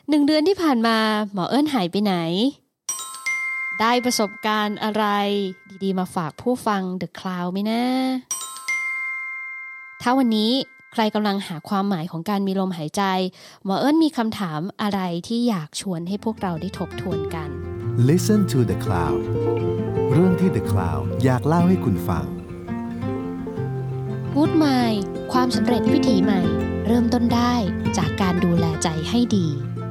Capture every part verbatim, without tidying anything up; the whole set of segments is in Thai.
หนึ่งเดือนที่ผ่านมาหมอเอิ้นหายไปไหนได้ประสบการณ์อะไรดีๆมาฝากผู้ฟัง The Cloud ไหมนะถ้าวันนี้ใครกำลังหาความหมายของการมีลมหายใจหมอเอิ้นมีคำถามอะไรที่อยากชวนให้พวกเราได้ทบทวนกัน Listen to the Cloud เรื่องที่ The Cloud อยากเล่าให้คุณฟัง Good Mind ความสำเร็จวิถีใหม่เริ่มต้นได้จากการดูแลใจให้ดี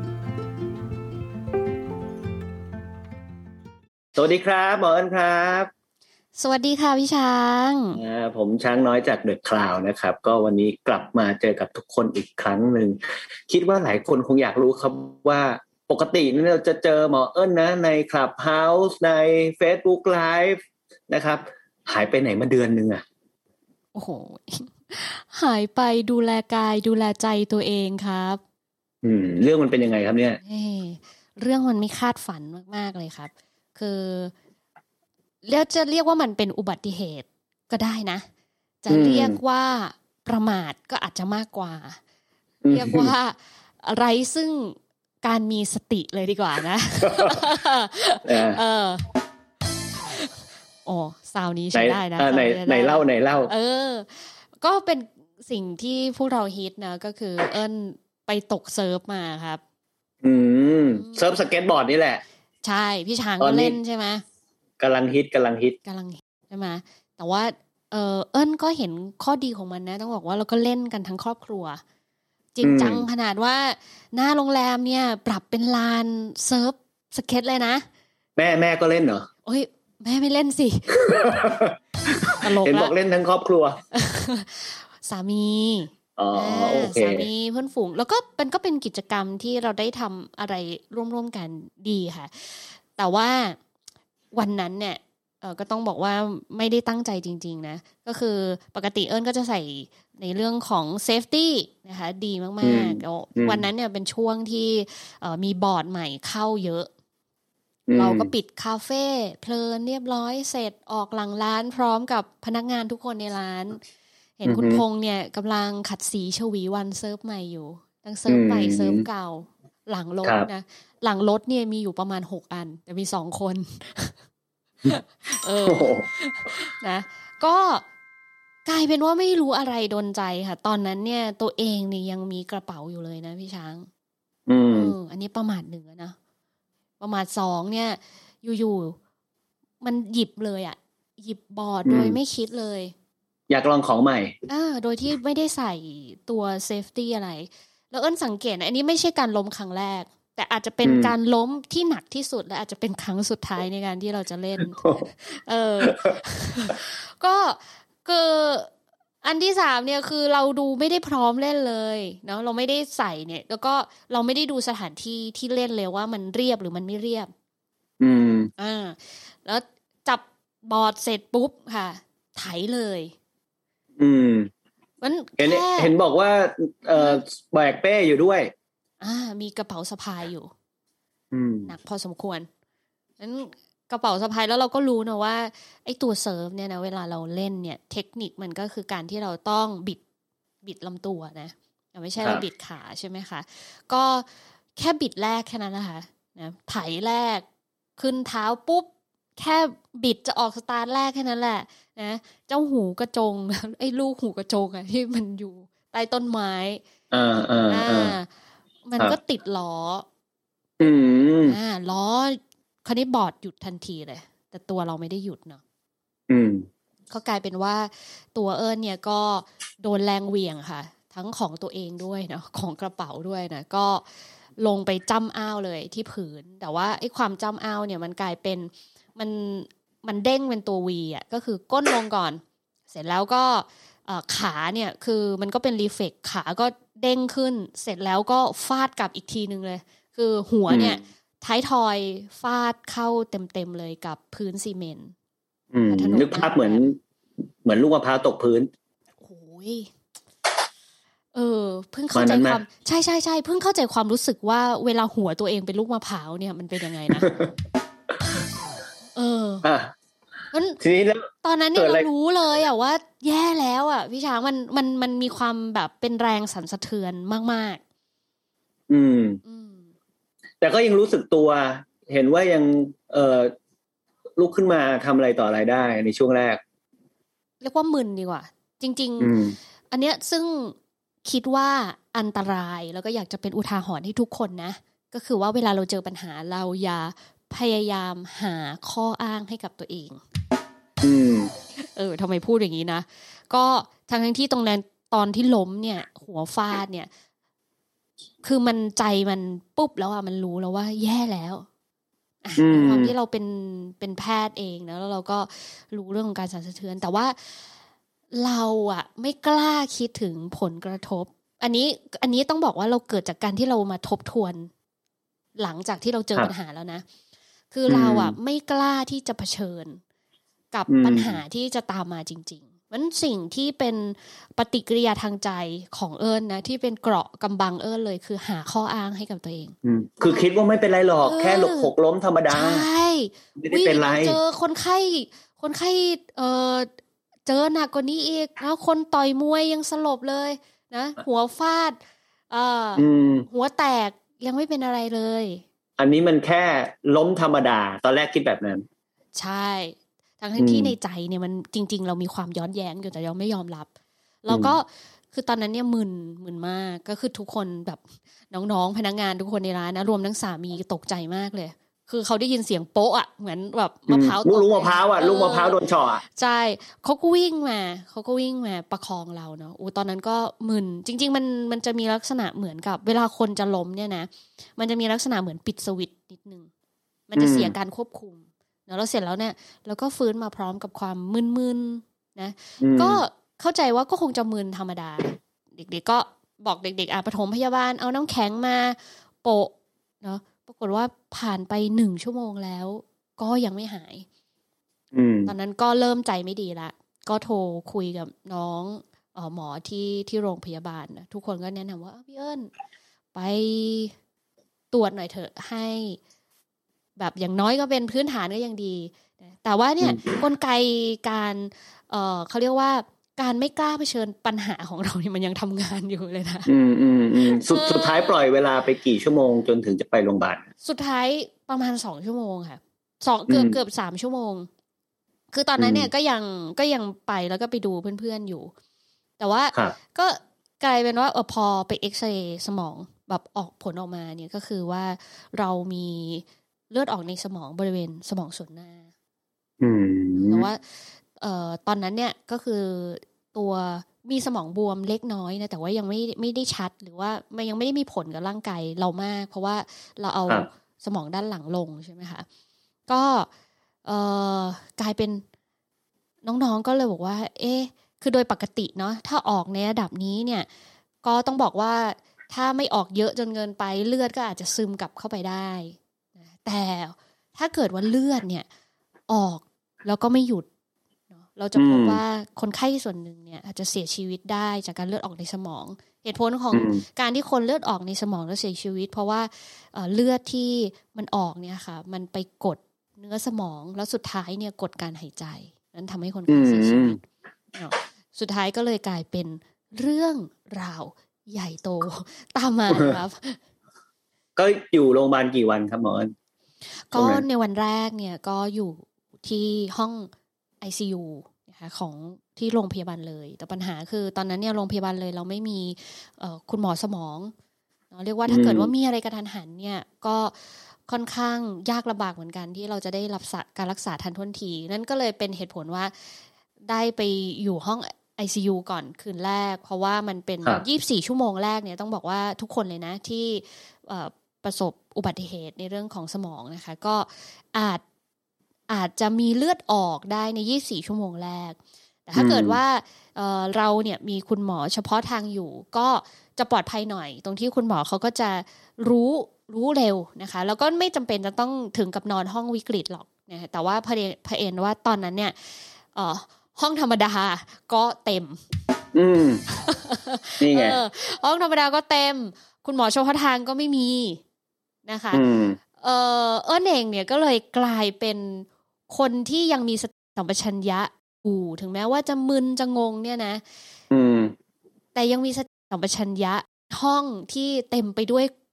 สวัสดีครับหมอเอิญครับสวัสดีค่ะพี่ช้างผมช้างน้อยจาก The Cloud นะครับก็วันนี้กลับมาเจอกับทุกคนอีกครั้งหนึ่งคิดว่าหลายคนคงอยากรู้ครับว่าปกตินี่เราจะเจอหมอเอิญนะใน Clubhouse ใน Facebook Live นะครับหายไปไหนมาเดือนนึงอ่ะโอ้โหหายไปดูแลกายดูแลใจตัวเองครับอืมเรื่องมันเป็นยังไงครับเนี่ยเรื่องมันไม่คาดฝันมากๆเลยครับคือแล้วจะเรียกว่ามันเป็นอุบัติเหตุก็ได้นะจะเรียกว่าประมาทก็อาจจะมากกว่าเรียกว่าไร้ซึ่งการมีสติเลยดีกว่านะเออโอ้ซาวนี้ใช้ได้นะไหนไหนเล่าไหนเล่าเออก็เป็นสิ่งที่พวกเราฮิตนะก็คือเอิ้นไปตกเซิร์ฟมาครับอืมเซิร์ฟสเก็ตบอร์ดนี่แหละใช่พี่ช้างก็เล่นใช่ไหมกำลังฮิตกำลังฮิตกำลังฮิตใช่ไหมแต่ว่าเออเอิ้นก็เห็นข้อดีของมันนะต้องบอกว่าเราก็เล่นกันทั้งครอบครัวจริงจังขนาดว่าหน้าโรงแรมเนี่ยปรับเป็นลานเซิร์ฟสเก็ตเลยนะแม่แม่ก็เล่นเหรอโอ้ยแม่ไม่เล่นสิตลกเห็นบอกเล่นทั้งครอบครัวสามีอ๋อโอเคสามีเพื่อนฝูงแล้วก็เป็นก็เป็นกิจกรรมที่เราได้ทำอะไรร่วมๆกันดีค่ะแต่ว่าวันนั้นเนี่ยเออก็ต้องบอกว่าไม่ได้ตั้งใจจริงๆนะก็คือปกติเอิ้นก็จะใส่ในเรื่องของ safety นะคะดีมากๆแล้ววันนั้นเนี่ยเป็นช่วงที่เอ่อมีบอร์ดใหม่เข้าเยอะเราก็ปิดคาเฟ่เพลินเรียบร้อยเสร็จออกหลังร้านพร้อมกับพนักงานทุกคนในร้านเห็นคุณพงษ์เนี่ยกำลังขัดสีชวีวันเซิร์ฟใหม่อยู่ทั้งเซิร์ฟใหม่เซิร์ฟเก่าหลังรถนะหลังรถเนี่ยมีอยู่ประมาณหกอันแต่มีสองคนเออนะก็กลายเป็นว่าไม่รู้อะไรดลใจค่ะตอนนั้นเนี่ยตัวเองเนี่ยยังมีกระเป๋าอยู่เลยนะพี่ช้างอืมอันนี้ประมาทหนึ่งนะประมาทสองเนี่ยอยู่ๆมันหยิบเลยอ่ะหยิบบอร์ดโดยไม่คิดเลยอยากลองของใหม่อ่าโดยที่ไม่ได้ใส่ตัวเซฟตี้อะไรแล้วเอิ้นสังเกตนะอันนี้ไม่ใช่การล้มครั้งแรกแต่อาจจะเป็นการล้มที่หนักที่สุดและอาจจะเป็นครั้งสุดท้ายในการที่เราจะเล่นเออก็คืออันที่สามเนี่ยคือเราดูไม่ได้พร้อมเล่นเลยเนาะเราไม่ได้ใส่เนี่ยแล้วก็เราไม่ได้ดูสถานที่ที่เล่นเลยว่ามันเรียบหรือมันไม่เรียบอืมอ่าแล้วจับบอร์ดเสร็จปุ๊บค่ะไถเลยอืมมันเห็นเห็นบอกว่าเอ่อแบกเป้อยู่ด้วยอ่ามีกระเป๋าสะพายอยู่อืมหนักพอสมควรนั้นกระเป๋าสะพายแล้วเราก็รู้นะว่าไอ้ตัวเซิร์ฟเนี่ยนะเวลาเราเล่นเนี่ยเทคนิคมันก็คือการที่เราต้องบิดบิดลำตัวนะไม่ใช่เราบิดขาใช่ไหมคะก็แค่บิดแรกแค่นั้นนะคะนะไถแรกขึ้นเท้าปุ๊บแค่บิดจะออกสตาร์ทแรกแค่นั้นแหละนะเจ้าหูกระจงไอ้ลูกหูกระจงอะที่มันอยู่ใต้ต้นไม้อ่าอ่าอ่ามันก็ติดล้ออืมอ่าล้อคราวนี้บอร์ดหยุดทันทีเลยแต่ตัวเราไม่ได้หยุดเนาะอืมก็กลายเป็นว่าตัวเอิญเนี่ยก็โดนแรงเหวี่ยงค่ะทั้งของตัวเองด้วยนะของกระเป๋าด้วยนะก็ลงไปจ้ำอ้าวเลยที่พื้นแต่ว่าไอ้ความจ้ำอ้าวเนี่ยมันกลายเป็นมันมันเด้งเป็นตัว V อ่ะก็คือก้นลงก่อนเสร็จแล้วก็ขาเนี่ยคือมันก็เป็นรีเฟล็กขาก็เด้งขึ้นเสร็จแล้วก็ฟาดกลับอีกทีนึงเลยคือหัวเนี่ยท้ายทอยฟาดเข้าเต็มๆเลยกับพื้นซีเมนต์นึกภาพเหมือนเหมือนลูกมะพร้าวตกพื้นโอ้ยเออเพิ่งเข้าใจความใช่ใช่ใช่เพิ่งเข้าใจความรู้สึกว่าเวลาหัวตัวเองเป็นลูกมะพร้าวเนี่ยมันเป็นยังไงนะเออทีนี้แล้วตอนนั้นเนี่ยเรารู้เลยอ่ะว่าแย่แล้วอ่ะพี่ช้างมันมันมันมีความแบบเป็นแรงสั่นสะเทือนมากๆอืมแต่ก็ยังรู้สึกตัวเห็นว่ายังเอ่อลุกขึ้นมาทำอะไรต่ออะไรได้ในช่วงแรกเรียกว่ามึนดีกว่าจริงๆอันเนี้ยซึ่งคิดว่าอันตรายแล้วก็อยากจะเป็นอุทาหรณ์ให้ทุกคนนะก็คือว่าเวลาเราเจอปัญหาเราอย่าพยายามหาข้ออ้างให้กับตัวเองอืมเออทำไมพูดอย่างนี้นะก็ทั้งที่ตรงนั้นตอนที่ล้มเนี่ยหัวฟาดเนี่ยคือมันใจมันปุ๊บแล้วอ่ะมันรู้แล้วว่าแย่แล้วความที่เราเป็นเป็นแพทย์เองนะแล้วเราก็รู้เรื่องของการสั่นสะเทือนแต่ว่าเราอ่ะไม่กล้าคิดถึงผลกระทบอันนี้อันนี้ต้องบอกว่าเราเกิดจากการที่เรามาทบทวนหลังจากที่เราเจอปัญหาแล้วนะคือเราอ่ะไม่กล้าที่จะเผชิญกับปัญหาที่จะตามมาจริงๆมันสิ่งที่เป็นปฏิกิริยาทางใจของเอิญนะที่เป็นเกราะกำบังเอิญเลยคือหาข้ออ้างให้กับตัวเองคือคิดว่าไม่เป็นไรหรอกแค่หลบหกล้มธรรมดาใช่ไม่ได้เป็นไรเจอคนไข้คนไข้เออเจอหนักกว่านี้อีกแล้วคนต่อยมวยยังสลบเลยนะหัวฟาดเอ่อหัวแตกยังไม่เป็นอะไรเลยอันนี้มันแค่ล้มธรรมดาตอนแรกคิดแบบนั้นใช่ทั้งที่ในใจเนี่ยมันจริงๆเรามีความย้อนแย้งอยู่แต่เราไม่ยอมรับแล้วก็คือตอนนั้นเนี่ยมึนมึนมากก็คือทุกคนแบบน้องๆพนักงานทุกคนในร้านนะรวมทั้งสามีตกใจมากเลยคือเขาได้ยินเสียงโป๊ะอ่ะเหมือนแบบมะพร้าวตกลูกมะพร้าวอ่ะลูกมะพร้าวโดนเฉาะใช่เขาก็วิ่งมาเขาก็วิ่งมาประคองเราเนาะอู้ตอนนั้นก็มึนจริงๆมันมันจะมีลักษณะเหมือนกับเวลาคนจะล้มเนี่ยนะมันจะมีลักษณะเหมือนปิดสวิตช์นิดนึงมันจะเสียการควบคุมแล้วเสร็จแล้วเนี่ยเราก็ฟื้นมาพร้อมกับความมึนๆนะก็เข้าใจว่าก็คงจะมึนธรรมดาเด็กๆก็บอกเด็กๆอ่ะปฐมพยาบาลเอาน้ำแข็งมาโปะเนาะปรากฏว่าผ่านไปหนึ่งชั่วโมงแล้วก็ยังไม่หายตอนนั้นก็เริ่มใจไม่ดีละก็โทรคุยกับน้องเอ่อหมอที่ที่โรงพยาบาลนะทุกคนก็แนะนำว่าพี่เอิญไปตรวจหน่อยเถอะให้แบบอย่างน้อยก็เป็นพื้นฐานก็ยังดีแต่ว่าเนี่ยกลไกการเอ่อเขาเรียกว่าการไม่กล้าเผชิญปัญหาของเราเนี่ยมันยังทำงานอยู่เลยนะอืมอืมอืมสุดสุดท้ายปล่อยเวลาไปกี่ชั่วโมงจนถึงจะไปโรงพยาบาลสุดท้ายประมาณสองชั่วโมงค่ะสองเกือบเกือบสามชั่วโมงคือตอนนั้นเนี่ยก็ยังก็ยังไปแล้วก็ไปดูเพื่อนๆอยู่แต่ว่าก็กลายเป็นว่าเออพอไปเอ็กซเรย์สมองแบบออกผลออกมาเนี่ยก็คือว่าเรามีเลือดออกในสมองบริเวณสมองส่วนหน้าแต่ว่าเอ่อตอนนั้นเนี่ยก็คือตัวมีสมองบวมเล็กน้อยนะแต่ว่ายังไม่ไม่ได้ชัดหรือว่ามันยังไม่ได้มีผลกับร่างกายเรามากเพราะว่าเราเอาสมองด้านหลังลงใช่ไหมคะก็เอ่อกลายเป็นน้องๆก็เลยบอกว่าเอ๊ะคือโดยปกติเนาะถ้าออกในระดับนี้เนี่ยก็ต้องบอกว่าถ้าไม่ออกเยอะจนเกินไปเลือดก็อาจจะซึมกลับเข้าไปได้แต่ถ้าเกิดว่าเลือดเนี่ยออกแล้วก็ไม่หยุดเนาะเราจะพบว่าคนไข้ส่วนหนึ่งเนี่ยอาจจะเสียชีวิตได้จากการเลือดออกในสมองเหตุผลของการที่คนเลือดออกในสมองแล้วเสียชีวิตเพราะว่าเอ่อเลือดที่มันออกเนี่ยค่ะมันไปกดเนื้อสมองแล้วสุดท้ายเนี่ยกดการหายใจนั้นทำให้คนไข้เสียชีวิตเนาะสุดท้ายก็เลยกลายเป็นเรื่องราวใหญ่โตตามมาครับก็อยู่โรงพยาบาลกี่วันครับหมอก็ในวันแรกเนี่ยก็อยู่ที่ห้อง ไอ ซี ยู นะคะของที่โรงพยาบาลเลยแต่ปัญหาคือตอนนั้นเนี่ยโรงพยาบาลเลยเราไม่มีเอ่อคุณหมอสมองเนาะเรียกว่าถ้าเกิดว่ามีอะไรกระทันหันเนี่ยก็ค่อนข้างยากลำบากเหมือนกันที่เราจะได้รับการรักษาทันท่วงทีนั่นก็เลยเป็นเหตุผลว่าได้ไปอยู่ห้อง ไอ ซี ยู ก่อนคืนแรกเพราะว่ามันเป็นยี่สิบสี่ชั่วโมงแรกเนี่ยต้องบอกว่าทุกคนเลยนะที่เอ่อประสบอุบัติเหตุในเรื่องของสมองนะคะก็อาจอาจจะมีเลือดออกได้ในยี่สิบสี่ชั่วโมงแรกแต่ถ้าเกิดว่า เอ่อ เราเนี่ยมีคุณหมอเฉพาะทางอยู่ก็จะปลอดภัยหน่อยตรงที่คุณหมอเขาก็จะรู้รู้เร็วนะคะแล้วก็ไม่จำเป็นจะต้องถึงกับนอนห้องวิกฤตหรอกนะแต่ว่าเผอิญว่าตอนนั้นเนี่ยเอ่อห้องธรรมดาก็เต็มอืมนี่ไงห้องธรรมดาก็เต็มคุณหมอเฉพาะทางก็ไม่มีนะคะเอ่อเอิ้นเองเนี่ยก็เลยกลายเป็นคนที่ยังมีสติสัมปชัญญะอยู่ถึงแม้ว่าจะมึนจะงงเนี่ยนะแต่ยังมีสติสัมปชัญญะห้องที่เต็มไปด้วย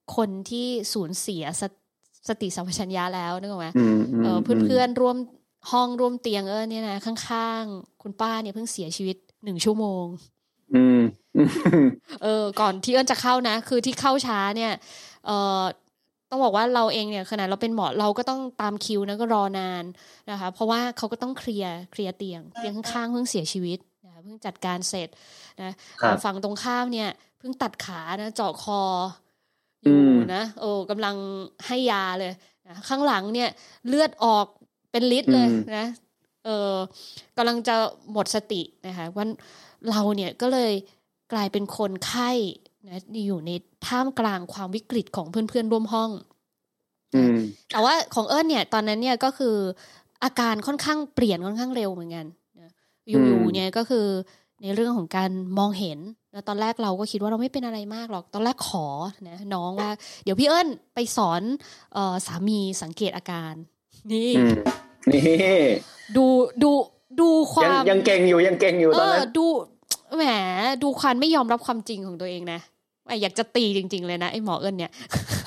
คนที่สูญเสียสสติสัมปชัญญะแล้วนึกออกไหมอืมอืมเออเพื่อนๆร่วมห้องร่วมเตียงเออเนี่ยนะข้างๆคุณป้าเนี่ยเพิ่งเสียชีวิตหนึ่งชั่วโมงอืมเออก่อนที่เอิ้นจะเข้านะคือที่เข้าช้าเนี่ยเออต้องบอกว่าเราเองเนี่ยขนาดเราเป็นหมอเราก็ต้องตามคิวนะก็รอนานนะคะเพราะว่าเขาก็ต้องเคลียร์เคลียร์เตียงเตียงข้างๆเพิ่งเสียชีวิตนะเพิ่งจัดการเสร็จนะฝั่งตรงข้ามเนี่ยเพิ่งตัดขานะเจาะคออยู่นะโอ้กำลังให้ยาเลยนะข้างหลังเนี่ยเลือดออกเป็นลิตรเลยนะเออกำลังจะหมดสตินะคะวันเราเนี่ยก็เลยกลายเป็นคนไข้นะอยู่ในท่ามกลางความวิกฤตของเพื่อนๆร่วมห้องแต่ว่าของเอิ้นเนี่ยตอนนั้นเนี่ยก็คืออาการค่อนข้างเปลี่ยนค่อนข้างเร็วเหมือนกันอยู่ๆเนี่ยก็คือในเรื่องของการมองเห็นแล้วตอนแรกเราก็คิดว่าเราไม่เป็นอะไรมากหรอกตอนแรกขอนะน้องว่าเดี๋ยวพี่เอิ้นไปสอนเอ่อสามีสังเกตอาการนี่นี่ดูดูดูความยังเก่งอยู่ยังเก่งอยู่ตอนนั้นเออดูแหมดูความไม่ยอมรับความจริงของตัวเองนะอยากจะตีจริงๆเลยนะไอ้หมอเอิ้นเนี่ย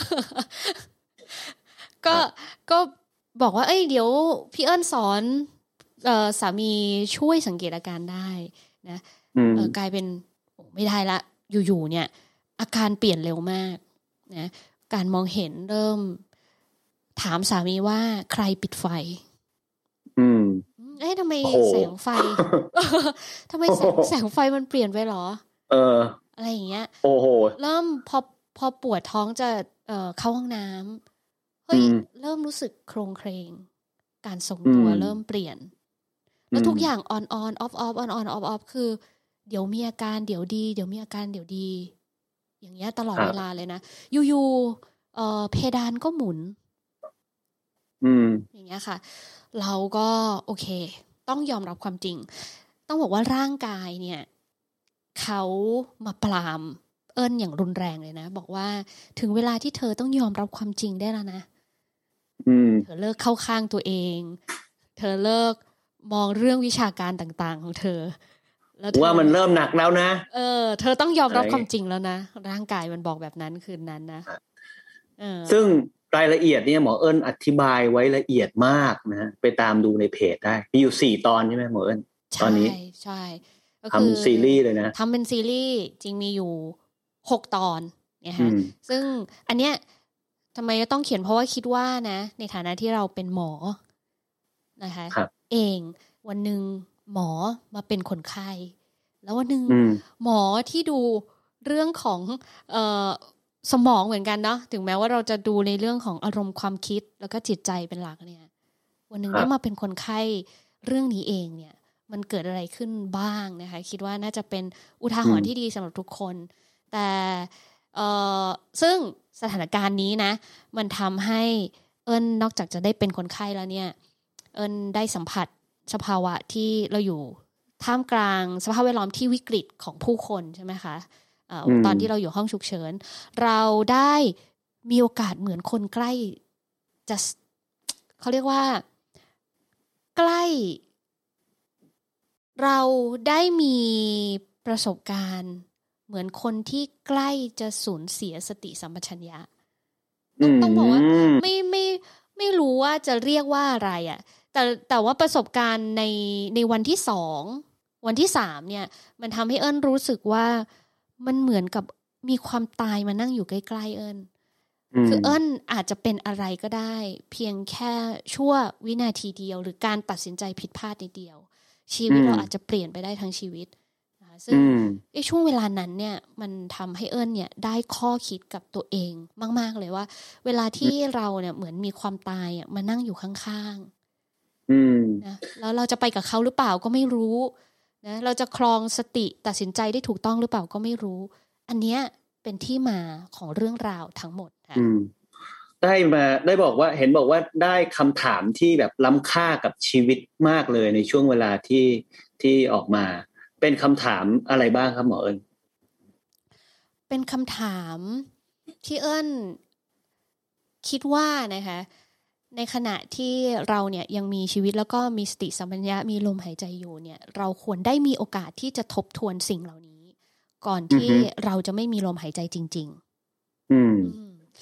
ก็ก็บอกว่าเอ้ยเดี๋ยวพี่เอิ้นสอนเอ่อสามีช่วยสังเกตอาการได้นะเออกลายเป็นไม่ได้ละอยู่ๆเนี่ยอาการเปลี่ยนเร็วมากนะการมองเห็นเริ่มถามสามีว่าใครปิดไฟอืมเอ๊ะทำไมแสงไฟทำไมแสงแสงไฟมันเปลี่ยนไปหรอเอออะไรอย่างเงี้ยโอ้โหเริ่มพอพอปวดท้องจะเอ่อเข้าห้องน้ำเฮ้ยเริ่มรู้สึกโครงเครงการทรงตัวเริ่มเปลี่ยนแล้วทุกอย่าง on on off off on on off off คือเดี๋ยวมีอาการเดี๋ยวดีเดี๋ยวมีอาการเดี๋ยวดีอย่างเงี้ยตลอดเวลาเลยนะอยู่ๆเอ่อเพดานก็หมุนอืมอย่างเงี้ยค่ะเราก็โอเคต้องยอมรับความจริงต้องบอกว่าร่างกายเนี่ยเขามาปรามเอิ้นอย่างรุนแรงเลยนะบอกว่าถึงเวลาที่เธอต้องยอมรับความจริงได้แล้วนะอืมเธอเลิกเข้าข้างตัวเองเธอเลิกมองเรื่องวิชาการต่างๆของเธอแล้วว่ามันเริ่มหนักแล้วนะเออเธอต้องยอมรับความจริงแล้วนะร่างกายมันบอกแบบนั้นคืนนั้นนะเออซึ่งรายละเอียดเนี่ยหมอเอิ้นอธิบายไว้ละเอียดมากนะไปตามดูในเพจได้มีอยู่สี่ตอนใช่ไหมหมอเอิ้นตอนนี้ใช่ใช่ทำเป็นซีรีส์เลยนะทำเป็นซีรีส์จริงมีอยู่หกตอนเนี่ยฮะซึ่งอันเนี้ยทำไมต้องเขียนเพราะว่าคิดว่านะในฐานะที่เราเป็นหมอนะคะเองวันหนึ่งหมอมาเป็นคนไข้แล้ววันหนึ่งหมอที่ดูเรื่องของเอ่อสมองเหมือนกันเนาะถึงแม้ว่าเราจะดูในเรื่องของอารมณ์ความคิดแล้วก็จิตใจเป็นหลักเนี่ยวันหนึ่งได้มาเป็นคนไข้เรื่องนี้เองเนี่ยมันเกิดอะไรขึ้นบ้างนะคะคิดว่าน่าจะเป็นอุทาหรณ์ที่ดีสำหรับทุกคนแต่เอ่อซึ่งสถานการณ์นี้นะมันทำให้เอิ้นนอกจากจะได้เป็นคนไข้แล้วเนี่ยเอิ้นได้สัมผัสสภาวะที่เราอยู่ท่ามกลางสภาพแวดล้อมที่วิกฤตของผู้คนใช่ไหมคะตอนที่เราอยู่ห้องฉุกเฉินเราได้มีโอกาสเหมือนคนใกล้จะเขาเรียกว่าใกล้เราได้มีประสบการณ์เหมือนคนที่ใกล้จะสูญเสียสติสัมปชัญญะต้องต้องบอกว่าไม่ไม่ไม่รู้ว่าจะเรียกว่าอะไรอ่ะแต่แต่ว่าประสบการณ์ในในวันที่สองวันที่สามเนี่ยมันทำให้เอิ้นรู้สึกว่ามันเหมือนกับมีความตายมานั่งอยู่ใกล้ๆเอิ้นคือเอิ้นอาจจะเป็นอะไรก็ได้เพียงแค่ชั่ววินาทีเดียวหรือการตัดสินใจผิดพลาดนิดเดียวชีวิตเราอาจจะเปลี่ยนไปได้ทั้งชีวิตซึ่งไอ้ช่วงเวลานั้นเนี่ยมันทำให้เอิ้นเนี่ยได้ข้อคิดกับตัวเองมากๆเลยว่าเวลาที่เราเนี่ยเหมือนมีความตายอ่ะมานั่งอยู่ข้างๆนะแล้วเราจะไปกับเขาหรือเปล่าก็ไม่รู้นะเราจะครองสติตัดสินใจได้ถูกต้องหรือเปล่าก็ไม่รู้อันเนี้ยเป็นที่มาของเรื่องราวทั้งหมดค่ะได้มาได้บอกว่าเห็นบอกว่าได้คำถามที่แบบล้ำค่ากับชีวิตมากเลยในช่วงเวลาที่ที่ออกมาเป็นคำถามอะไรบ้างครับหมอเอิญเป็นคำถามที่เอิญคิดว่านะคะในขณะที่เราเนี่ยยังมีชีวิตแล้วก็มีสติสัมปชัญญะมีลมหายใจอยู่เนี่ยเราควรได้มีโอกาสที่จะทบทวนสิ่งเหล่านี้ก่อนที่เราจะไม่มีลมหายใจจริงๆอืม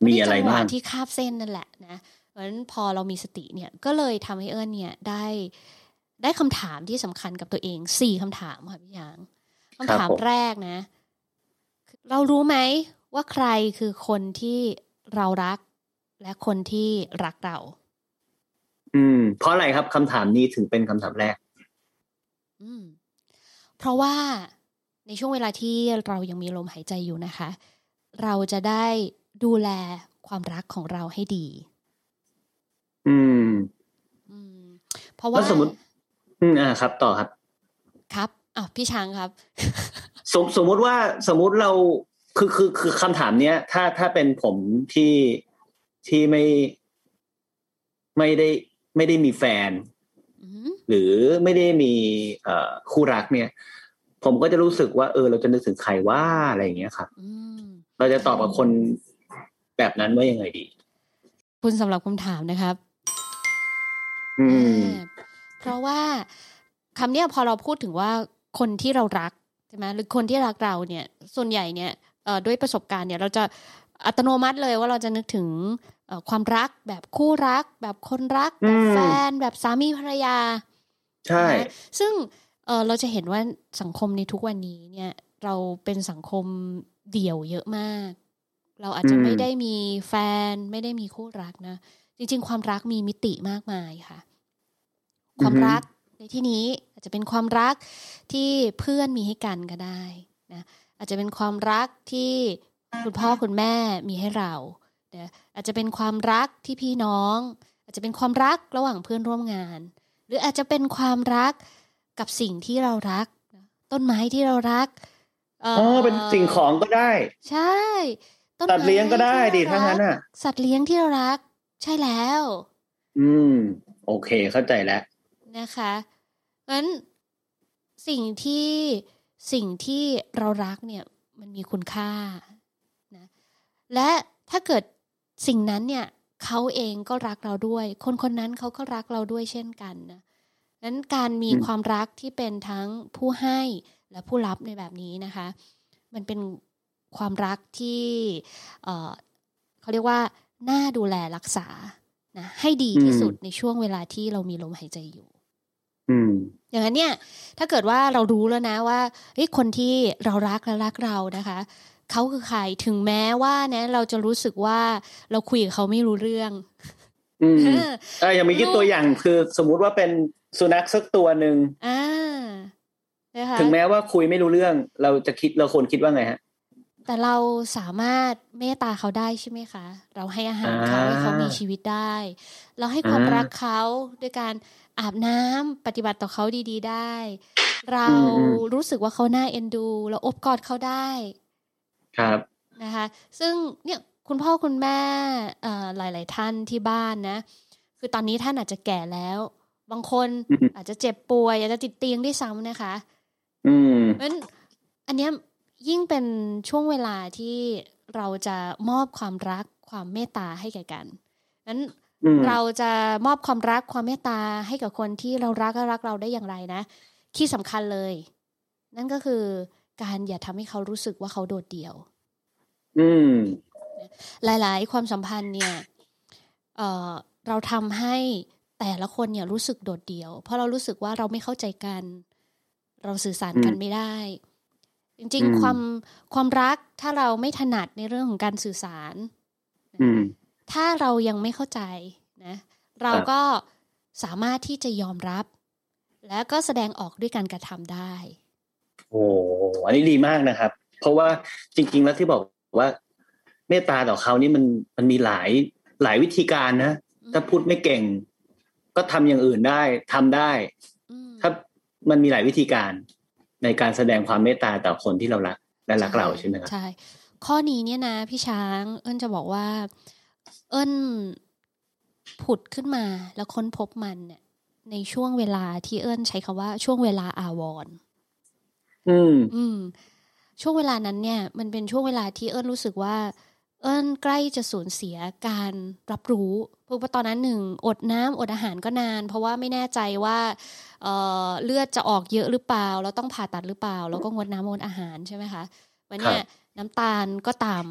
มีอะไรบ้างที่คาบเส้นนั่นแหละนะเพราะฉะนั้นพอเรามีสติเนี่ยก็เลยทำให้เอิ้นเนี่ยได้ได้คำถามที่สำคัญกับตัวเองสี่คำถามค่ะพี่ยางคำถามแรกนะเรารู้ไหมว่าใครคือคนที่เรารักและคนที่รักเราอืมเพราะอะไรครับคำถามนี้ถึงเป็นคำถามแรกอืมเพราะว่าในช่วงเวลาที่เรายังมีลมหายใจอยู่นะคะเราจะได้ดูแลความรักของเราให้ดีอืมอืมเพราะว่าสมมติอืมอ่าครับต่อครับครับอ่ะพี่ช้างครับสมสมมุติว่าสมมุติเราคือคือคือคำถามเนี้ยถ้าถ้าเป็นผมที่ที่ไม่ไม่ได้ไม่ได้มีแฟนหรือไม่ได้มีเอ่อคู่รักเนี่ยผมก็จะรู้สึกว่าเออเราจะนึกถึงใครว่าอะไรอย่างเงี้ยครับเราจะตอบกับคนแบบนั้นว่ายังไงดีคุณสำหรับคำถามนะครับอืมเพราะว่าคำนี้พอเราพูดถึงว่าคนที่เรารักใช่ไหมหรือคนที่รักเราเนี่ยส่วนใหญ่เนี่ยด้วยประสบการณ์เนี่ยเราจะอัตโนมัติเลยว่าเราจะนึกถึงความรักแบบคู่รักแบบคนรักแบบแฟนแบบสามีภรรยาใช่ซึ่งเออเราจะเห็นว่าสังคมในทุกวันนี้เนี่ยเราเป็นสังคมเดี่ยวเยอะมากเราอาจจะไม่ได้มีแฟนไม่ได้มีคู่รักนะจริงๆความรักมีมิติมากมายค่ะความรักในที่นี้อาจจะเป็นความรักที่เพื่อนมีให้กันก็ได้นะอาจจะเป็นความรักที่คุณพ่อคุณแม่มีให้เรานะอาจจะเป็นความรักที่พี่น้องอาจจะเป็นความรักระหว่างเพื่อนร่วมงานหรืออาจจะเป็นความรักกับสิ่งที่เรารักต้นไม้ที่เรารักอ๋อเป็นสิ่งของก็ได้ใช่สัตว์เลี้ยงก็ได้ดิถ้างั้นน่ะสัตว์เลี้ยงที่เรารักใช่แล้วอืมโอเคเข้าใจแล้วนะคะงั้นสิ่งที่สิ่งที่เรารักเนี่ยมันมีคุณค่านะและถ้าเกิดสิ่งนั้นเนี่ยเขาเองก็รักเราด้วยคนคนนั้นเขาก็รักเราด้วยเช่นกันนะงั้นการมีความรักที่เป็นทั้งผู้ให้และผู้รับในแบบนี้นะคะมันเป็นความรักที่เอ่อเขาเรียกว่าน่าดูแลรักษานะให้ดีที่สุดในช่วงเวลาที่เรามีลมหายใจอยู่อย่างนั้นเนี่ยถ้าเกิดว่าเรารู้แล้วนะว่าเฮ้ยคนที่เรารักและรักเรานะคะเขาคือใครถึงแม้ว่านะเราจะรู้สึกว่าเราคุยกับเขาไม่รู้เรื่องอืมเอออย่างมีตัวอย่างคือสมมุติว่าเป็นสุนัขสักตัวหนึ่งอ่านะคะถึงแม้ว่าคุยไม่รู้เรื่องเราจะคิดเราควรคิดว่าไงฮะแต่เราสามารถเมตตาเขาได้ใช่ไหมคะเราให้อาหารเขาให้เขามีชีวิตได้เราให้ความรักเขาด้วยการอาบน้ำปฏิบัติต่อเขาดีๆได้เรารู้สึกว่าเขาน่าเอ็นดูเราอบกอดเขาได้ครับนะคะซึ่งเนี่ยคุณพ่อคุณแม่หลายๆท่านที่บ้านนะคือตอนนี้ท่านอาจจะแก่แล้วบางคนอาจจะเจ็บป่วยอาจจะติดเตียงด้วยซ้ำนะคะอืมเพราะฉะนั้นอันเนี้ยยิ่งเป็นช่วงเวลาที่เราจะมอบความรักความเมตตาให้แก่กันนั้นเราจะมอบความรักความเมตตาให้กับคนที่เรารักและรักเราได้อย่างไรนะที่สำคัญเลยนั่นก็คือการอย่าทำให้เขารู้สึกว่าเขาโดดเดี่ยวอืมหลายๆความสัมพันธ์เนี่ยเอ่อเราทำให้แต่ละคนเนี่ยรู้สึกโดดเดี่ยวเพราะเรารู้สึกว่าเราไม่เข้าใจกันเราสื่อสารกันไม่ได้จริงๆความความรักถ้าเราไม่ถนัดในเรื่องของการสื่อสารถ้าเรายังไม่เข้าใจนะเราก็สามารถที่จะยอมรับแล้วก็แสดงออกด้วยการกระทำได้โอ้อันนี้ดีมากนะครับเพราะว่าจริงๆแล้วที่บอกว่าเมตตาต่อเขานี่มันมันมีหลายหลายวิธีการนะถ้าพูดไม่เก่งก็ทำอย่างอื่นได้ทำได้ถ้ามันมีหลายวิธีการในการแสดงความเมตตาต่อคนที่เรารักและรักเราใช่ไหมครับใช่ข้อนี้เนี่ยนะพี่ช้างเอิ้นจะบอกว่าเอิ้นผุดขึ้นมาแล้วค้นพบมันเนี่ยในช่วงเวลาที่เอิ้นใช้คำว่าช่วงเวลาอาวรณ์อืมอืมช่วงเวลานั้นเนี่ยมันเป็นช่วงเวลาที่เอิ้นรู้สึกว่าเอิ้นใกล้จะสูญเสียการรับรู้เพราะว่าตอนนั้นหนึ่งอดน้ำอดอาหารก็นานเพราะว่าไม่แน่ใจว่าเอ่อเลือดจะออกเยอะหรือเปล่าแล้วต้องผ่าตัดหรือเปล่าแล้วก็งดน้ำงดอาหารใช่ไหมคะวันนี้น้ำตาลก็ต่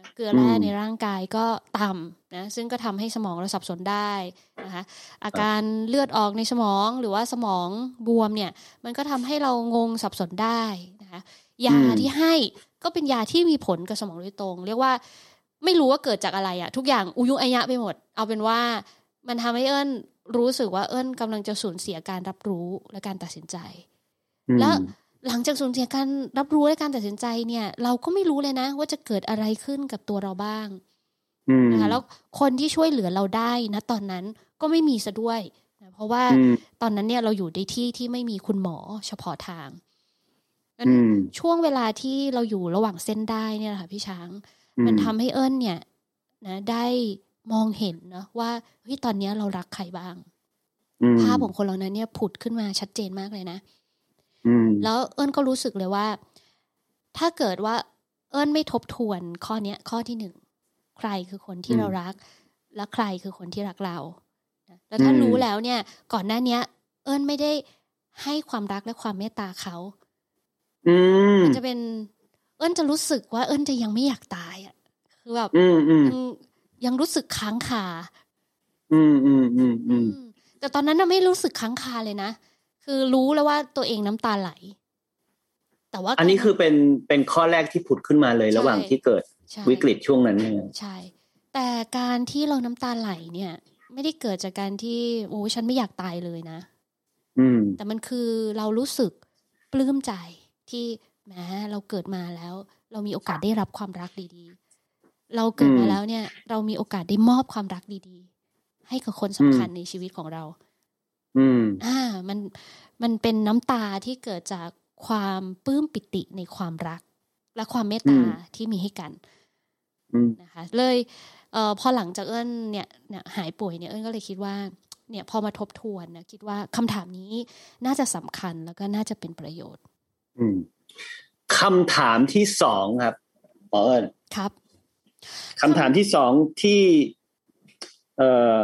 เกลือแร่ในร่างกายก็ต่ำนะซึ่งก็ทำให้สมองเราสับสนได้นะคะอาการเลือดออกในสมองหรือว่าสมองบวมเนี่ยมันก็ทำให้เรางงสับสนได้นะคะยาที่ให้ก็เป็นยาที่มีผลกับสมองโดยตรงเรียกว่าไม่รู้ว่าเกิดจากอะไรอะทุกอย่างอุยุอายะไปหมดเอาเป็นว่ามันทำให้เอิ้นรู้สึกว่าเอิ้นกำลังจะสูญเสียการรับรู้และการตัดสินใจแล้วหลังจากสูญเสียการรับรู้และการตัดสินใจเนี่ยเราก็ไม่รู้เลยนะว่าจะเกิดอะไรขึ้นกับตัวเราบ้างนะคะแล้วคนที่ช่วยเหลือเราได้นะตอนนั้นก็ไม่มีซะด้วยนะเพราะว่าตอนนั้นเนี่ยเราอยู่ในที่ที่ไม่มีคุณหมอเฉพาะทางช่วงเวลาที่เราอยู่ระหว่างเส้นได้เนี่ยค่ะพี่ช้างมันทำให้เอิ้นเนี่ยนะได้มองเห็นนะว่าเฮ้ยตอนนี้เรารักใครบ้างภาพของคนเหล่านั้นเนี่ยผุดขึ้นมาชัดเจนมากเลยนะแล้วเอิ้นก็รู้สึกเลยว่าถ้าเกิดว่าเอิ้นไม่ทบทวนข้อนี้ข้อที่หนึ่งใครคือคนที่เรารักและใครคือคนที่รักเราแล้วถ้ารู้แล้วเนี่ยก่อนหน้านี้เอิ้นไม่ได้ให้ความรักและความเมตตาเขามันจะเป็นเอิ้นจะรู้สึกว่าเอิ้นจะยังไม่อยากตายอ่ะคือแบบยังยังรู้สึกค้างคาอืมอืมอืมอืมแต่ตอนนั้นน่ะไม่รู้สึกค้างคาเลยนะคือรู้แล้วว่าตัวเองน้ำตาไหลแต่ว่าอันนี้คือเป็นเป็นข้อแรกที่ผุดขึ้นมาเลยระหว่างที่เกิดวิกฤตช่วงนั้นเนี่ยใช่แต่การที่เราน้ำตาไหลเนี่ยไม่ได้เกิดจากการที่โอ้ฉันไม่อยากตายเลยนะอืมแต่มันคือเรารู้สึกปลื้มใจที่แม้เราเกิดมาแล้วเรามีโอกาสได้รับความรักดีๆเราเกิดมาแล้วเนี่ยเรามีโอกาสได้มอบความรักดีๆให้กับคนสำคัญในชีวิตของเราอืมอ่ามันมันเป็นน้ำตาที่เกิดจากความปลื้มปิติในความรักและความเมตตาที่มีให้กันนะคะเลยเอ่อพอหลังจากเอิ้นเนี่ยเนี่ยหายป่วยเนี่ยเอิ้นก็เลยคิดว่าเนี่ยพอมาทบทวนนะคิดว่าคำถามนี้น่าจะสำคัญแล้วก็น่าจะเป็นประโยชน์อืมคำถามที่สองครับหมอเอิ้นครับคำถามที่สองที่เอ่อ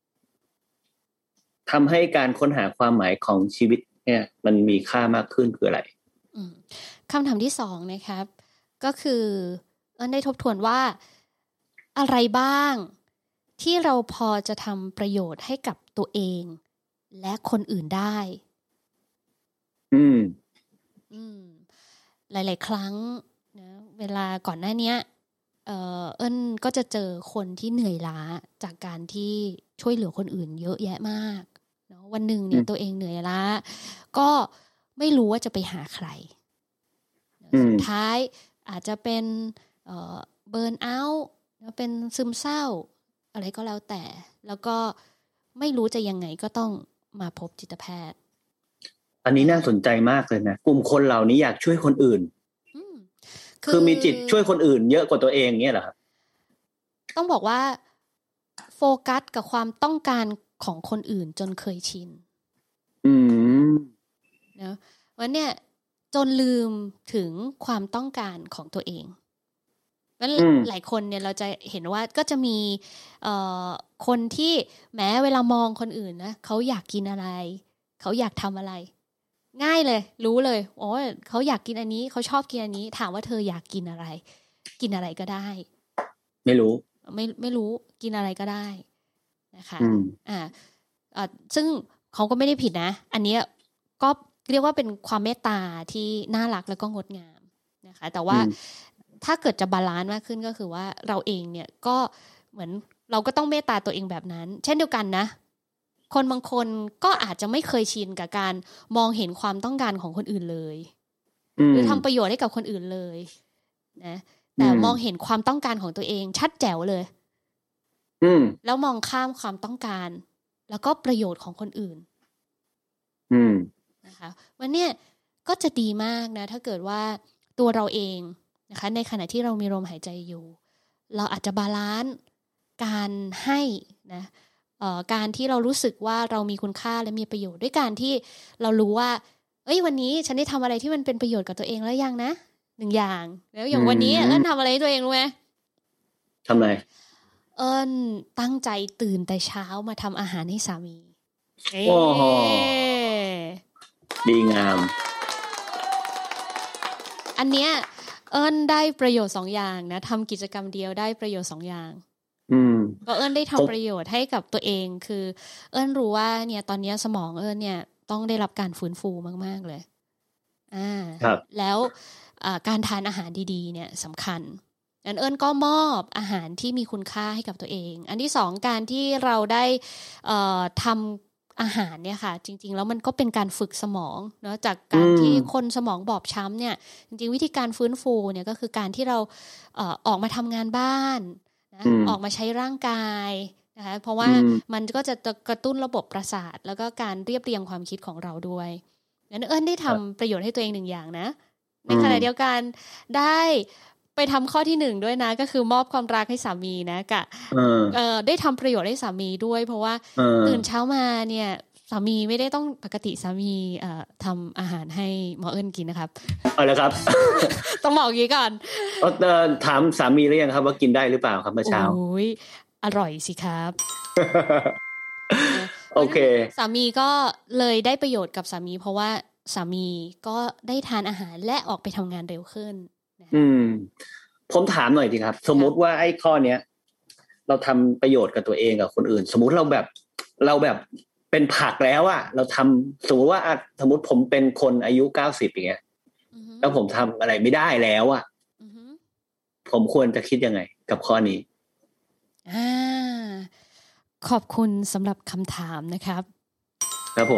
ทำให้การค้นหาความหมายของชีวิตเนี่ยมันมีค่ามากขึ้นคืออะไรคำถามที่สองนะครับก็คือเอิ้นได้ทบทวนว่าอะไรบ้างที่เราพอจะทำประโยชน์ให้กับตัวเองและคนอื่นได้อืมอืมหลายๆครั้งนะเวลาก่อนหน้านี้เอ่อเอิ้นก็จะเจอคนที่เหนื่อยล้าจากการที่ช่วยเหลือคนอื่นเยอะแยะมากเนาะวันหนึ่งเนี่ยตัวเองเหนื่อยล้าก็ไม่รู้ว่าจะไปหาใครสุดท้ายอาจจะเป็นเอ่อเบิร์นเอาท์เป็นซึมเศร้าอะไรก็แล้วแต่แล้วก็ไม่รู้จะยังไงก็ต้องมาพบจิตแพทย์อันนี้น่าสนใจมากเลยนะกลุ่มคนเหล่านี้อยากช่วยคนอื่นคือ, คือมีจิตช่วยคนอื่นเยอะกว่าตัวเองเนี่ยเหรอครับต้องบอกว่าโฟกัสกับความต้องการของคนอื่นจนเคยชินอืมนะวันเนี้ยจนลืมถึงความต้องการของตัวเองงั้นหลายคนเนี่ยเราจะเห็นว่าก็จะมีเอ่อคนที่แม้เวลามองคนอื่นนะเขาอยากกินอะไรเขาอยากทำอะไรง่ายเลยรู้เลยโอ้เขาอยากกินอันนี้เขาชอบกินอันนี้ถามว่าเธออยากกินอะไรกินอะไรก็ได้ไม่รู้ไม่ไม่รู้กินอะไรก็ได้นะคะอ่าอ่าซึ่งเขาก็ไม่ได้ผิดนะอันนี้ก็เรียกว่าเป็นความเมตตาที่น่ารักแล้วก็งดงามนะคะแต่ว่าถ้าเกิดจะบาลานซ์มากขึ้นก็คือว่าเราเองเนี่ยก็เหมือนเราก็ต้องเมตตาตัวเองแบบนั้นเช่นเดียวกันนะคนบางคนก็อาจจะไม่เคยชินกับการมองเห็นความต้องการของคนอื่นเลยหรือทำประโยชน์ให้กับคนอื่นเลยนะแต่มองเห็นความต้องการของตัวเองชัดแจ๋วเลยแล้วมองข้ามความต้องการแล้วก็ประโยชน์ของคนอื่นนะคะวันนี้ก็จะดีมากนะถ้าเกิดว่าตัวเราเองนะคะในขณะที่เรามีลมหายใจอยู่เราอาจจะบาลานซ์การให้นะเอ่อการที่เรารู้สึกว่าเรามีคุณค่าและมีประโยชน์ด้วยการที่เรารู้ว่าเอ้ยวันนี้ฉันได้ทำอะไรที่มันเป็นประโยชน์กับตัวเองแล้วยังนะหนึ่งอย่างแล้วอย่างวันนี้เอิ้นทำอะไรให้ตัวเองรู้ไหมทำอะไรเอิ้นตั้งใจตื่นแต่เช้ามาทำอาหารให้สามีโอ้โหดีงามอันเนี้ยเอิ้นได้ประโยชน์สองอย่างนะทำกิจกรรมเดียวได้ประโยชน์สองอย่างอืมก็เอิ้นได้ทำประโยชน์ให้กับตัวเองคือเอิ้นรู้ว่าเนี่ยตอนนี้สมองเอิ้นเนี่ยต้องได้รับการฟื้นฟูมากๆเลยอ่าแล้วการทานอาหารดีๆเนี่ยสำคัญอันเอิ้นก็มอบอาหารที่มีคุณค่าให้กับตัวเองอันที่สองการที่เราได้เอ่อทำอาหารเนี่ยค่ะจริงๆแล้วมันก็เป็นการฝึกสมองเนาะจากการที่คนสมองบอบช้ำเนี่ยจริงๆวิธีการฟื้นฟูเนี่ยก็คือการที่เราเอ่อออกมาทำงานบ้านนะออกมาใช้ร่างกายนะคะเพราะว่ามันก็จะกระตุ้นระบบประสาทแล้วก็การเรียบเรียงความคิดของเราด้วยงั้นเอิ้นได้ทำประโยชน์ให้ตัวเองหนึ่งอย่างนะในขณะเดียวกันได้ไปทำข้อที่หนึ่งด้วยนะก็คือมอบความรักให้สามีนะกะเอ่อได้ทำประโยชน์ให้สามีด้วยเพราะว่าตื่นเช้ามาเนี่ยสามีไม่ได้ต้องปกติสามีเอ่อทำอาหารให้หมอเอิญกินนะครับเอาละครับต้องบอกอย่างนี้ก่อนเอ่อถามสามีหรือยังครับว่ากินได้หรือเปล่าครับเมื่อเช้าโอ้ยอร่อยสิครับโอเคสามีก็เลยได้ประโยชน์กับสามีเพราะว่าสามีก็ได้ทานอาหารและออกไปทำงานเร็วขึ้นอืมผมถามหน่อยดีครับสมมุติว่าไอ้ข้อเนี้ยเราทำประโยชน์กับตัวเองกับคนอื่นสมมุติเราแบบเราแบบเป็นผักแล้วอะเราทำสมมติว่าสมมติผมเป็นคนอายุเก้าสิบอย่างเงี้ยแล้วผมทำอะไรไม่ได้แล้วอะผมควรจะคิดยังไงกับข้อนี้อ่าขอบคุณสำหรับคำถามนะครับครับผม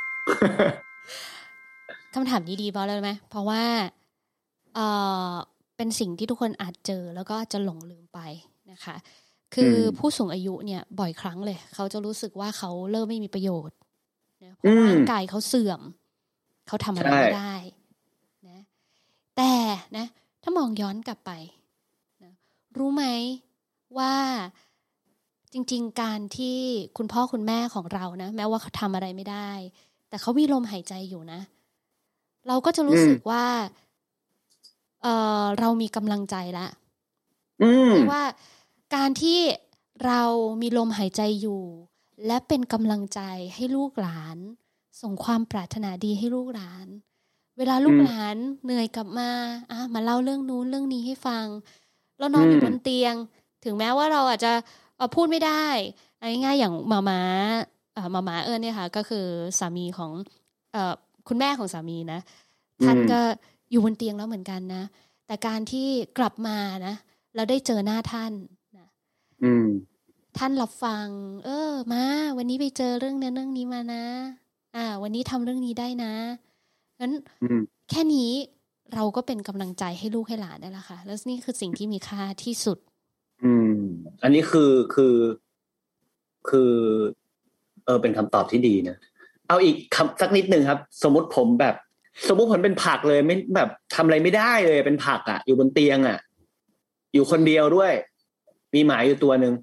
คำถามนี้ดีเพราะอะไรไหมเพราะว่าเอ่อเป็นสิ่งที่ทุกคนอาจเจอแล้วก็จะหลงลืมไปนะคะคือผู้สูงอายุเนี่ยบ่อยครั้งเลยเขาจะรู้สึกว่าเขาเริ่มไม่มีประโยชน์นะเพราะร่างกายเขาเสื่อมเขาทำอะไรไม่ได้นะแต่นะถ้ามองย้อนกลับไปนะรู้ไหมว่าจริงๆการที่คุณพ่อคุณแม่ของเรานะแม้ว่าเขาทำอะไรไม่ได้แต่เขามีลมหายใจอยู่นะเราก็จะรู้สึกว่าเออเรามีกำลังใจละเพราะว่าการที่เรามีลมหายใจอยู่และเป็นกำลังใจให้ลูกหลานส่งความปรารถนาดีให้ลูกหลานเวลาลูกหลานเหนื่อยกลับมาอ่ะมาเล่าเรื่องนู้นเรื่องนี้ให้ฟังแล้วนอนอยู่บนเตียงถึงแม้ว่าเราอาจจะพูดไม่ได้ง่ายๆอย่างมาม่ามาม่าเอิญเนี่ยค่ะก็คือสามีของเอ่อคุณแม่ของสามีนะท่านก็อยู่บนเตียงแล้วเหมือนกันนะแต่การที่กลับมานะเราได้เจอหน้าท่านนะท่านรับฟังเออมาวันนี้ไปเจอเรื่องนั้นเรื่องนี้มานะอ่าวันนี้ทำเรื่องนี้ได้นะงั้นแค่นี้เราก็เป็นกำลังใจให้ลูกให้หลานได้แล้วค่ะแล้วนี่คือสิ่งที่มีค่าที่สุดอืมอันนี้คือคือคือเออเป็นคำตอบที่ดีนะเอาอีกคำสักนิดนึงครับสมมติผมแบบสมมติผมเป็นผักเลยไม่แบบทำอะไรไม่ได้เลยเป็นผักอ่ะอยู่บนเตียงอ่ะอยู่คนเดียวด้วยมีหมาอยู่ตัวนึง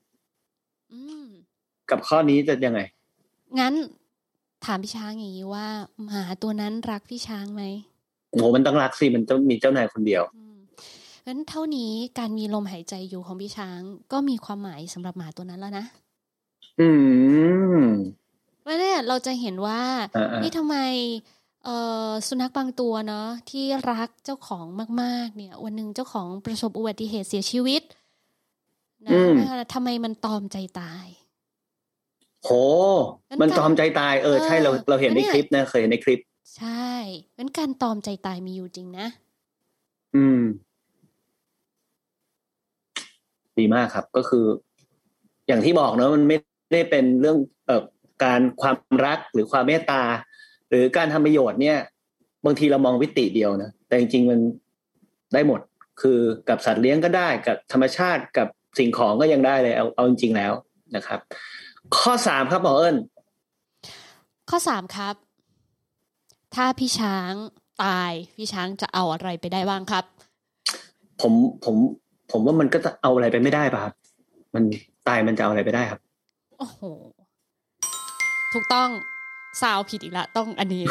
กับข้อนี้จะยังไงงั้นถามพี่ช้างอย่างนี้ว่าหมาตัวนั้นรักพี่ช้างไหมโอ้มันต้องรักสิมันต้องมีเจ้านายคนเดียวงั้นเท่านี้การมีลมหายใจอยู่ของพี่ช้างก็มีความหมายสำหรับหมาตัวนั้นแล้วนะอืมว่าเนี่ยเราจะเห็นว่านี่ทำไมเอ่อสุนัขบางตัวเนาะที่รักเจ้าของมากๆเนี่ยวันนึงเจ้าของประสบอุบัติเหตุเสียชีวิตนะทำไมมันตอมใจตายโหมันตอมใจตายเออใช่เราเราเห็นในคลิปนะเคยเห็นในคลิปใช่งั้นการตอมใจตายมีอยู่จริงนะอืมดีมากครับก็คืออย่างที่บอกเนอะมันไม่ได้เป็นเรื่องเอ่อการความรักหรือความเมตตาหรือการทำประโยชน์เนี่ยบางทีเรามองวิติเดียวนะแต่จริงๆมันได้หมดคือกับสัตว์เลี้ยงก็ได้กับธรรมชาติกับสิ่งของก็ยังได้เลยเอาเอาจริงๆแล้วนะครับข้อสามครับหมอเอิญข้อสามครับถ้าพี่ช้างตายพี่ช้างจะเอาอะไรไปได้บ้างครับผมผมผมว่ามันก็จะเอาอะไรไปไม่ได้ป่ะครับมันตายมันจะเอาอะไรไปได้ครับโอ้โหถูกต้องซาวผิดอีกละต้องอันนี้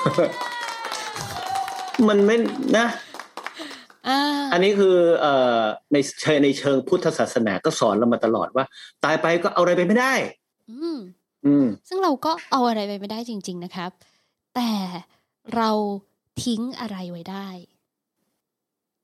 มันไม่นะอันนี้คือเอ่อในเชิงในเชิงพุทธศาสนาก็สอนเรามาตลอดว่าตายไปก็เอาอะไรไปไม่ได้อืมอืมซึ่งเราก็เอาอะไรไปไม่ได้จริงๆนะครับแต่เราทิ้งอะไรไว้ได้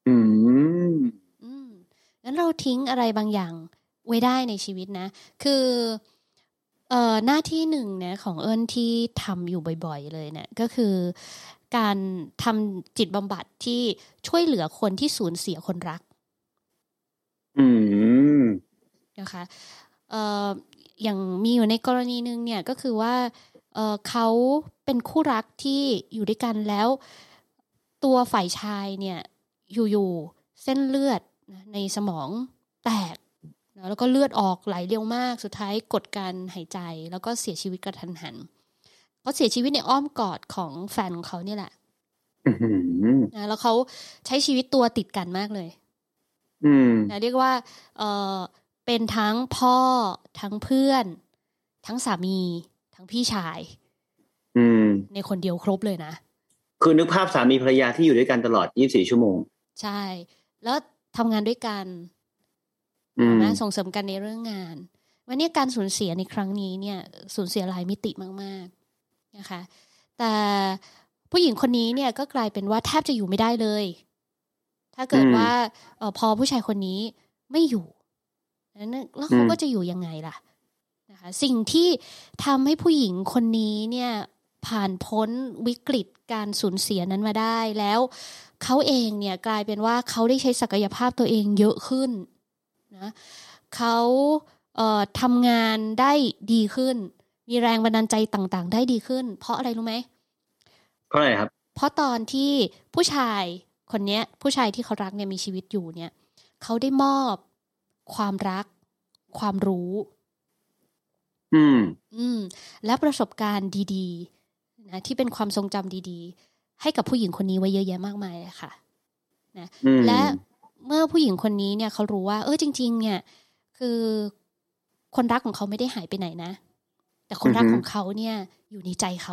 อืมอืมงั้นเราทิ้งอะไรบางอย่างไว้ได้ในชีวิตนะคือเอ่อหน้าที่หนึ่งนะของเอิญที่ทำอยู่บ่อยๆเลยเนี่ยก็คือการทำจิตบำบัดที่ช่วยเหลือคนที่สูญเสียคนรักอืมนะคะเอ่ออย่างมีอยู่ในกรณีนึงเนี่ยก็คือว่าเอ่อเขาเป็นคู่รักที่อยู่ด้วยกันแล้วตัวฝ่ายชายเนี่ยอยู่ๆเส้นเลือดในสมองแตกแล้วก็เลือดออกไหลเร็วมากสุดท้ายกดการหายใจแล้วก็เสียชีวิตกระทันหันเขาเสียชีวิตในอ้อมกอดของแฟนของเขาเนี่ยแหละนะแล้วเขาใช้ชีวิตตัวติดกันมากเลยนะเรียกว่าเออเป็นทั้งพ่อทั้งเพื่อนทั้งสามีทั้งพี่ชายในคนเดียวครบเลยนะคือนึกภาพสามีภรรยาที่อยู่ด้วยกันตลอดยี่สิบสี่ชั่วโมงใช่แล้วทำงานด้วยกันนะส่งเสริมกันในเรื่องงานวันนี้การสูญเสียในครั้งนี้เนี่ยสูญเสียหลายมิติมากๆนะคะแต่ผู้หญิงคนนี้เนี่ยก็กลายเป็นว่าแทบจะอยู่ไม่ได้เลยถ้าเกิดว่าเอ่อพอผู้ชายคนนี้ไม่อยู่แล้วเขาก็จะอยู่ยังไงล่ะนะคะสิ่งที่ทำให้ผู้หญิงคนนี้เนี่ยผ่านพ้นวิกฤตการสูญเสียนั้นมาได้แล้วเขาเองเนี่ยกลายเป็นว่าเขาได้ใช้ศักยภาพตัวเองเยอะขึ้นนะเขาเอ่อทำงานได้ดีขึ้นมีแรงบันดาลใจต่างๆได้ดีขึ้นเพราะอะไรรู้ไหมเพราะอะไรครับเพราะตอนที่ผู้ชายคนนี้ผู้ชายที่เขารักเนี่ยมีชีวิตอยู่เนี่ยเขาได้มอบความรักความรู้อืมอืมและประสบการณ์ดีๆนะที่เป็นความทรงจำดีๆให้กับผู้หญิงคนนี้ไว้เยอะแยะมากมายเลยค่ะนะและเมื่อผู้หญิงคนนี้เนี่ยเขารู้ว่าเออจริงๆเนี่ยคือคนรักของเขาไม่ได้หายไปไหนนะแต่คนรักของเขาเนี่ยอยู่ในใจเขา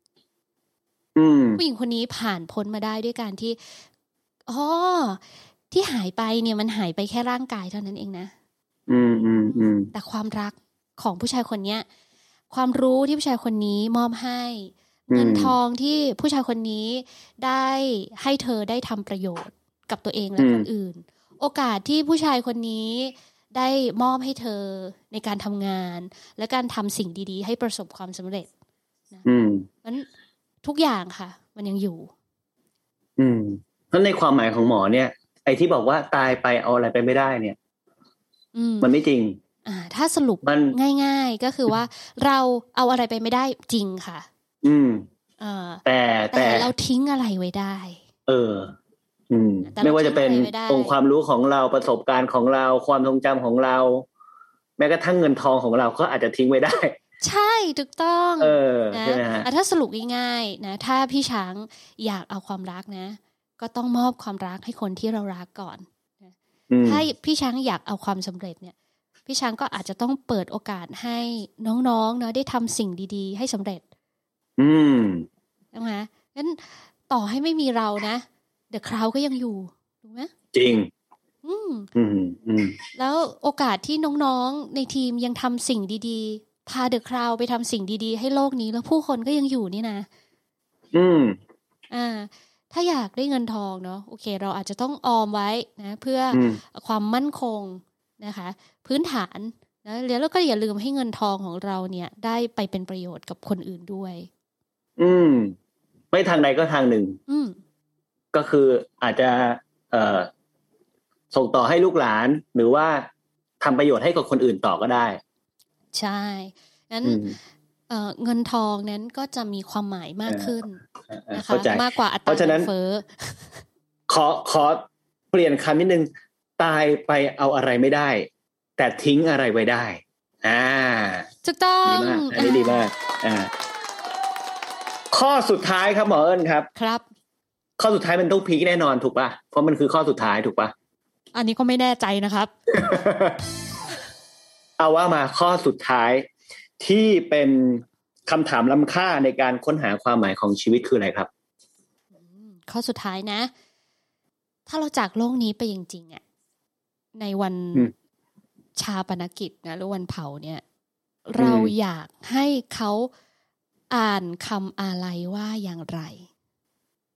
ผู้หญิงคนนี้ผ่านพ้นมาได้ด้วยการที่อ๋อที่หายไปเนี่ยมันหายไปแค่ร่างกายเท่านั้นเองนะอืมอืมอืมแต่ความรักของผู้ชายคนนี้ความรู้ที่ผู้ชายคนนี้มอบให้เงินทองที่ผู้ชายคนนี้ได้ให้เธอได้ทำประโยชน์กับตัวเองและคนอื่นโอกาสที่ผู้ชายคนนี้ได้มอบให้เธอในการทำงานและการทำสิ่งดีๆให้ประสบความสำเร็จนะมันทุกอย่างค่ะมันยังอยู่อืมเพราะในความหมายของหมอเนี่ยไอ้ที่บอกว่าตายไปเอาอะไรไปไม่ได้เนี่ยมันไม่จริงอ่าถ้าสรุปง่ายๆก็คือว่าเราเอาอะไรไปไม่ได้จริงค่ะอืมอ่าแต่แต่เราทิ้งอะไรไว้ได้เอออืมไม่ว่าจะเป็นองค์ความรู้ของเราประสบการณ์ของเราความทรงจำของเราแม้กระทั่งเงินทองของเราก็อาจจะทิ้งไว้ได้ใช่ถูกต้องเออนะใช่ไหมฮะถ้าสรุปง่ายๆนะถ้าพี่ช้างอยากเอาความรักนะก็ต้องมอบความรักให้คนที่เรารักก่อนถ้าพี่ช้างอยากเอาความสำเร็จเนี่ยพี่ช้างก็อาจจะต้องเปิดโอกาสให้น้องๆเนาะได้ทำสิ่งดีๆให้สำเร็จอืมใช่ไหมงั้นต่อให้ไม่มีเรานะเดอะคราวก็ยังอยู่ถูกไหมจริงอืมอืมอืมแล้วโอกาสที่น้องๆในทีมยังทำสิ่งดีๆพาเดอะคราวไปทำสิ่งดีๆให้โลกนี้แล้วผู้คนก็ยังอยู่นี่นะอืมอ่าถ้าอยากได้เงินทองเนาะโอเคเราอาจจะต้องออมไว้นะเพื่อความมั่นคงนะคะพื้นฐานนะแล้วก็อย่าลืมให้เงินทองของเราเนี่ยได้ไปเป็นประโยชน์กับคนอื่นด้วยอืมไม่ทางใดก็ทางหนึ่งอืมก็คืออาจจะเอ่อส่งต่อให้ลูกหลานหรือว่าทำประโยชน์ให้กับคนอื่นต่อก็ได้ใช่งั้นเอ่อเงินทองนั้นก็จะมีความหมายมากขึ้นนะคะมากกว่าอัตราเงินเฟ้อขอขอเปลี่ยนคำนิดนึงตายไปเอาอะไรไม่ได้แต่ทิ้งอะไรไว้ได้อ่าถูกต้องดีมากอันนี้ดีมากอ่าข้อสุดท้ายครับหมอเอิญครับครับข้อสุดท้ายมันต้องพีคแน่นอนถูกป่ะเพราะมันคือข้อสุดท้ายถูกป่ะอันนี้ก็ไม่แน่ใจนะครับเอาว่ามาข้อสุดท้ายที่เป็นคำถามล้ำค่าในการค้นหาความหมายของชีวิตคืออะไรครับข้อสุดท้ายนะถ้าเราจากโลกนี้ไปจริงๆอ่ะในวันชาปนกิจนะหรือวันเผาเนี่ยเราอยากให้เขาอ่านคำอาลัยว่าอย่างไร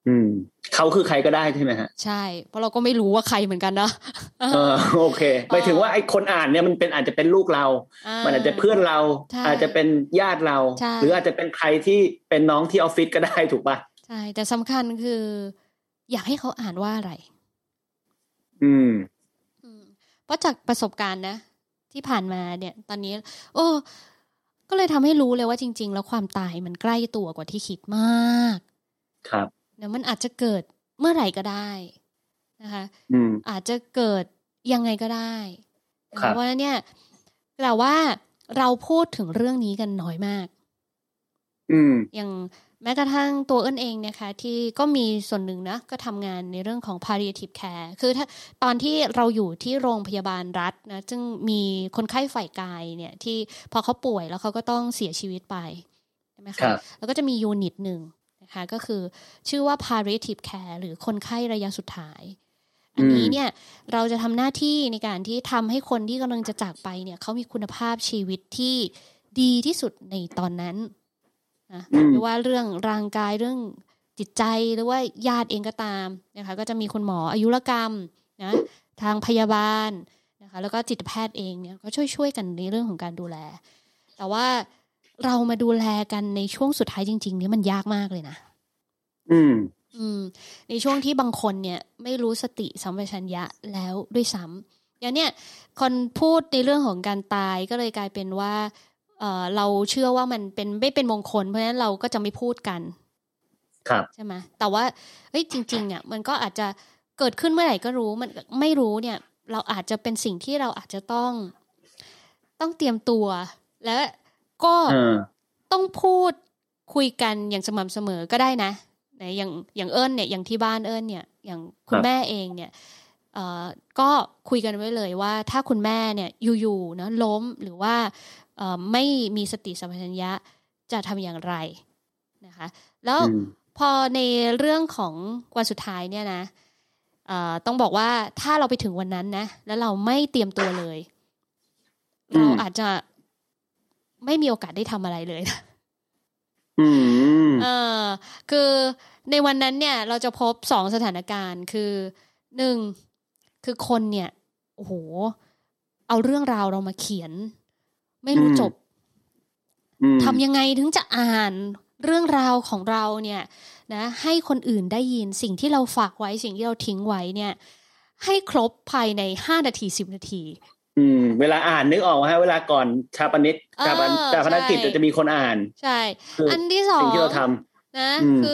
อืมเขาคือใครก็ได้ใช่ไหมฮะใช่เพราะเราก็ไม่รู้ว่าใครเหมือนกันนะเออโอเคหมายถึงว่าไอ้คนอ่านเนี่ยมันเป็นอาจจะเป็นลูกเรามันอาจจะเพื่อนเราอาจจะเป็นญาติเราหรืออาจจะเป็นใครที่เป็นน้องที่ออฟฟิศก็ได้ถูกป่ะใช่แต่สำคัญคืออยากให้เขาอ่านว่าอะไรอืมเพราะจากประสบการณ์นะที่ผ่านมาเนี่ยตอนนี้โอ้ก็เลยทำให้รู้เลยว่าจริงๆแล้วความตายมันใกล้ตัวกว่าที่คิดมากครับเนี่ยมันอาจจะเกิดเมื่อไหร่ก็ได้นะคะอืมอาจจะเกิดยังไงก็ได้เพราะฉะนั้นเนี่ยแต่ว่าเราพูดถึงเรื่องนี้กันน้อยมากอืมอย่างแม้กระทั่งตัวเอิ้นเองนะคะที่ก็มีส่วนหนึ่งนะก็ทำงานในเรื่องของ palliative care คือถ้าตอนที่เราอยู่ที่โรงพยาบาลรัฐนะซึ่งมีคนไข้ฝ่ายกายเนี่ยที่พอเขาป่วยแล้วเขาก็ต้องเสียชีวิตไปใช่ไหมคะแล้วก็จะมียูนิตหนึ่งนะคะก็คือชื่อว่า palliative care หรือคนไข้ระยะสุดท้ายอันนี้เนี่ยเราจะทำหน้าที่ในการที่ทำให้คนที่กำลังจะจากไปเนี่ยเขามีคุณภาพชีวิตที่ดีที่สุดในตอนนั้นนะไม่ว่าเรื่องร่างกายเรื่องจิตใจหรือว่าญาติเองก็ตามนะคะก็จะมีคุณหมออายุรกรรมนะทางพยาบาลนะคะแล้วก็จิตแพทย์เองเนี่ยก็ช่วยๆกันในเรื่องของการดูแลแต่ว่าเรามาดูแลกันในช่วงสุดท้ายจริงๆนี่มันยากมากเลยนะอืมอืมในช่วงที่บางคนเนี่ยไม่รู้สติสัมปชัญญะแล้วด้วยซ้ำอย่างเนี้ยคนพูดในเรื่องของการตายก็เลยกลายเป็นว่าเอ่อเราเชื่อว่ามันเป็นไม่เป็นมงคลเพราะฉะนั้นเราก็จะไม่พูดกันครับใช่ไหมแต่ว่าเฮ้ยจริงๆเนี่ยมันก็อาจจะเกิดขึ้นเมื่อไหร่ก็รู้มันไม่รู้เนี่ยเราอาจจะเป็นสิ่งที่เราอาจจะต้องต้องเตรียมตัวและก็ต้องพูดคุยกันอย่างสม่ำเสมอก็ได้นะนะอย่างอย่างเอิ้นเนี่ยอย่างที่บ้านเอิ้นเนี่ยอย่างคุณแม่เองเนี่ยเอ่อก็คุยกันไว้เลยว่าถ้าคุณแม่เนี่ยอยู่ๆนะล้มหรือว่าเอ่อไม่มีสติสัมปชัญญะจะทำอย่างไรนะคะแล้วพอในเรื่องของวันสุดท้ายเนี่ยนะเอ่อต้องบอกว่าถ้าเราไปถึงวันนั้นนะแล้วเราไม่เตรียมตัวเลยเราอาจจะไม่มีโอกาสได้ทำอะไรเลยนะเออคือในวันนั้นเนี่ยเราจะพบสองสถานการณ์คือหนึ่งคือคนเนี่ยโอ้โหเอาเรื่องราวเรามาเขียนไม่รู้จบทำยังไงถึงจะอ่านเรื่องราวของเราเนี่ยนะให้คนอื่นได้ยินสิ่งที่เราฝากไว้สิ่งที่เราทิ้งไว้เนี่ยให้ครบภายในห้านาทีสิบนาทีอืมเวลาอ่านนึกออกฮะเวลาก่อนชาปนิกชาปนชาปนกิจจะมีคนอ่านใช่อันที่สองสิ่งที่เราทำนะคื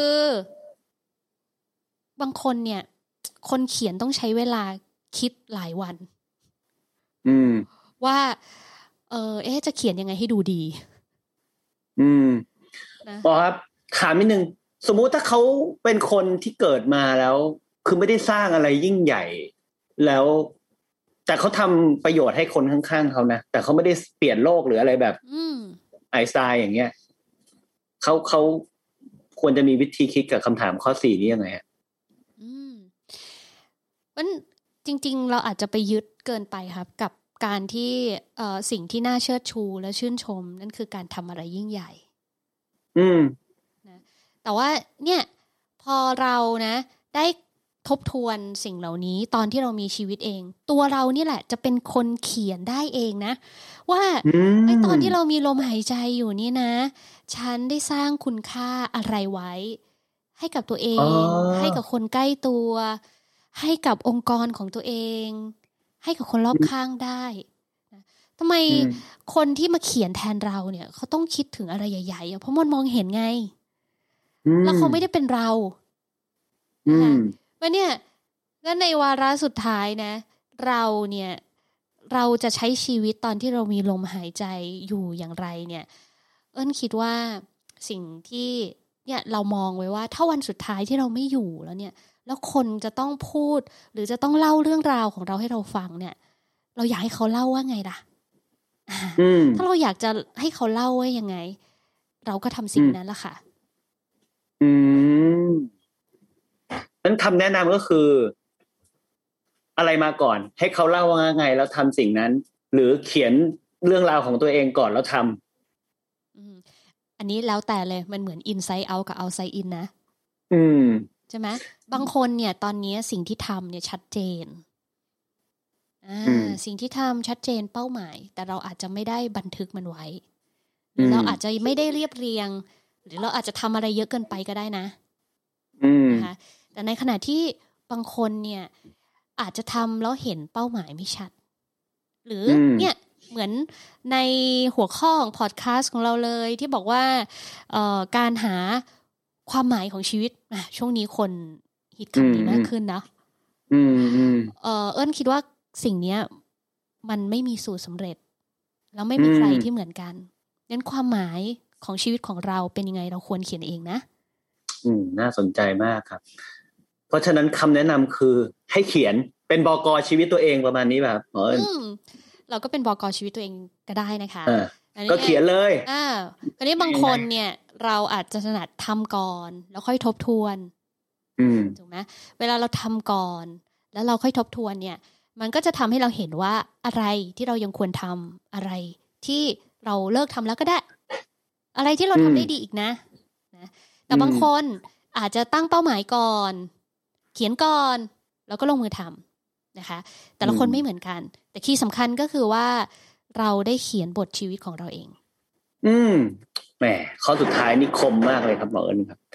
อบางคนเนี่ยคนเขียนต้องใช้เวลาคิดหลายวันอืมว่าเออเอ๊ะจะเขียนยังไงให้ดูดีอืมนะบอกครับถามนิดนึงสมมุติถ้าเขาเป็นคนที่เกิดมาแล้วคือไม่ได้สร้างอะไรยิ่งใหญ่แล้วแต่เขาทำประโยชน์ให้คนข้างๆเขานะแต่เขาไม่ได้เปลี่ยนโลกหรืออะไรแบบไอน์สไตน์อย่างเงี้ยเขาเขาควรจะมีวิธีคิดกับคำถามข้อสี่นี้ยังไงฮะอืมมันจริงๆเราอาจจะไปยึดเกินไปครับกับการที่เอ่อสิ่งที่น่าเชิดชูและชื่นชมนั่นคือการทำอะไรยิ่งใหญ่อืมนะแต่ว่าเนี่ยพอเรานะได้ทบทวนสิ่งเหล่านี้ตอนที่เรามีชีวิตเองตัวเรานี่แหละจะเป็นคนเขียนได้เองนะว่าไอ้ตอนที่เรามีลมหายใจอยู่นี่นะฉันได้สร้างคุณค่าอะไรไว้ให้กับตัวเองให้กับคนใกล้ตัวให้กับองค์กรของตัวเองให้กับคนรอบข้างได้ทำไมคนที่มาเขียนแทนเราเนี่ยเขาต้องคิดถึงอะไรใหญ่ๆเพราะมันมองเห็นไงแล้วเขาไม่ได้เป็นเรานะคะว่าเนี่ยแล้วในวาระสุดท้ายนะเราเนี่ยเราจะใช้ชีวิตตอนที่เรามีลมหายใจอยู่อย่างไรเนี่ยเอิ้นคิดว่าสิ่งที่เนี่ยเรามองไว้ว่าถ้าวันสุดท้ายที่เราไม่อยู่แล้วเนี่ยแล้วคนจะต้องพูดหรือจะต้องเล่าเรื่องราวของเราให้เราฟังเนี่ยเราอยากให้เขาเล่าว่าไงล่ะถ้าเราอยากจะให้เขาเล่าว่ายังไงเราก็ทำสิ่งนั้นละค่ะอืมนั้นคำแนะนำก็คืออะไรมาก่อนให้เขาเล่าว่าไงแล้วทำสิ่งนั้นหรือเขียนเรื่องราวของตัวเองก่อนแล้วทำอันนี้แล้วแต่เลยมันเหมือน inside out กับ outside in นะอืมใช่ไหมบางคนเนี่ยตอนนี้สิ่งที่ทำเนี่ยชัดเจนอ่าสิ่งที่ทำชัดเจนเป้าหมายแต่เราอาจจะไม่ได้บันทึกมันไว้หรือเราอาจจะไม่ได้เรียบเรียงหรือเราอาจจะทำอะไรเยอะเกินไปก็ได้นะนะคะแต่ในขณะที่บางคนเนี่ยอาจจะทำแล้วเห็นเป้าหมายไม่ชัดหรือเนี่ยเหมือนในหัวข้อของพอดแคสต์ของเราเลยที่บอกว่าเอ่อการหาความหมายของชีวิตอ่ะช่วงนี้คนฮิตคำนี้มากขึ้นนะอืมอืมเออเอิ้นคิดว่าสิ่งนี้มันไม่มีสูตรสำเร็จแล้วไม่มีใครที่เหมือนกันงั้นความหมายของชีวิตของเราเป็นยังไงเราควรเขียนเองนะอืมน่าสนใจมากครับเพราะฉะนั้นคำแนะนำคือให้เขียนเป็นบก.ชีวิตตัวเองประมาณนี้แบบอ๋อเราก็เป็นบก.ชีวิตตัวเองก็ได้นะคะก็เขียนเลยอ่าคราวนี้บางคนเนี่ยเราอาจจะถนัดทำก่อนแล้วค่อยทบทวนถูกไหมเวลาเราทำก่อนแล้วเราค่อยทบทวนเนี่ยมันก็จะทำให้เราเห็นว่าอะไรที่เรายังควรทำอะไรที่เราเลิกทำแล้วก็ได้อะไรที่เราทำได้ดีอีกนะนะแต่บางคนอาจจะตั้งเป้าหมายก่อนเขียนก่อนแล้วก็ลงมือทำนะคะแต่ละคนไม่เหมือนกันแต่คีย์สำคัญก็คือว่าเราได้เขียนบทชีวิตของเราเองอืมแหมข้อสุดท้ายนี่คมมากเลยครับหมอเอิญครับ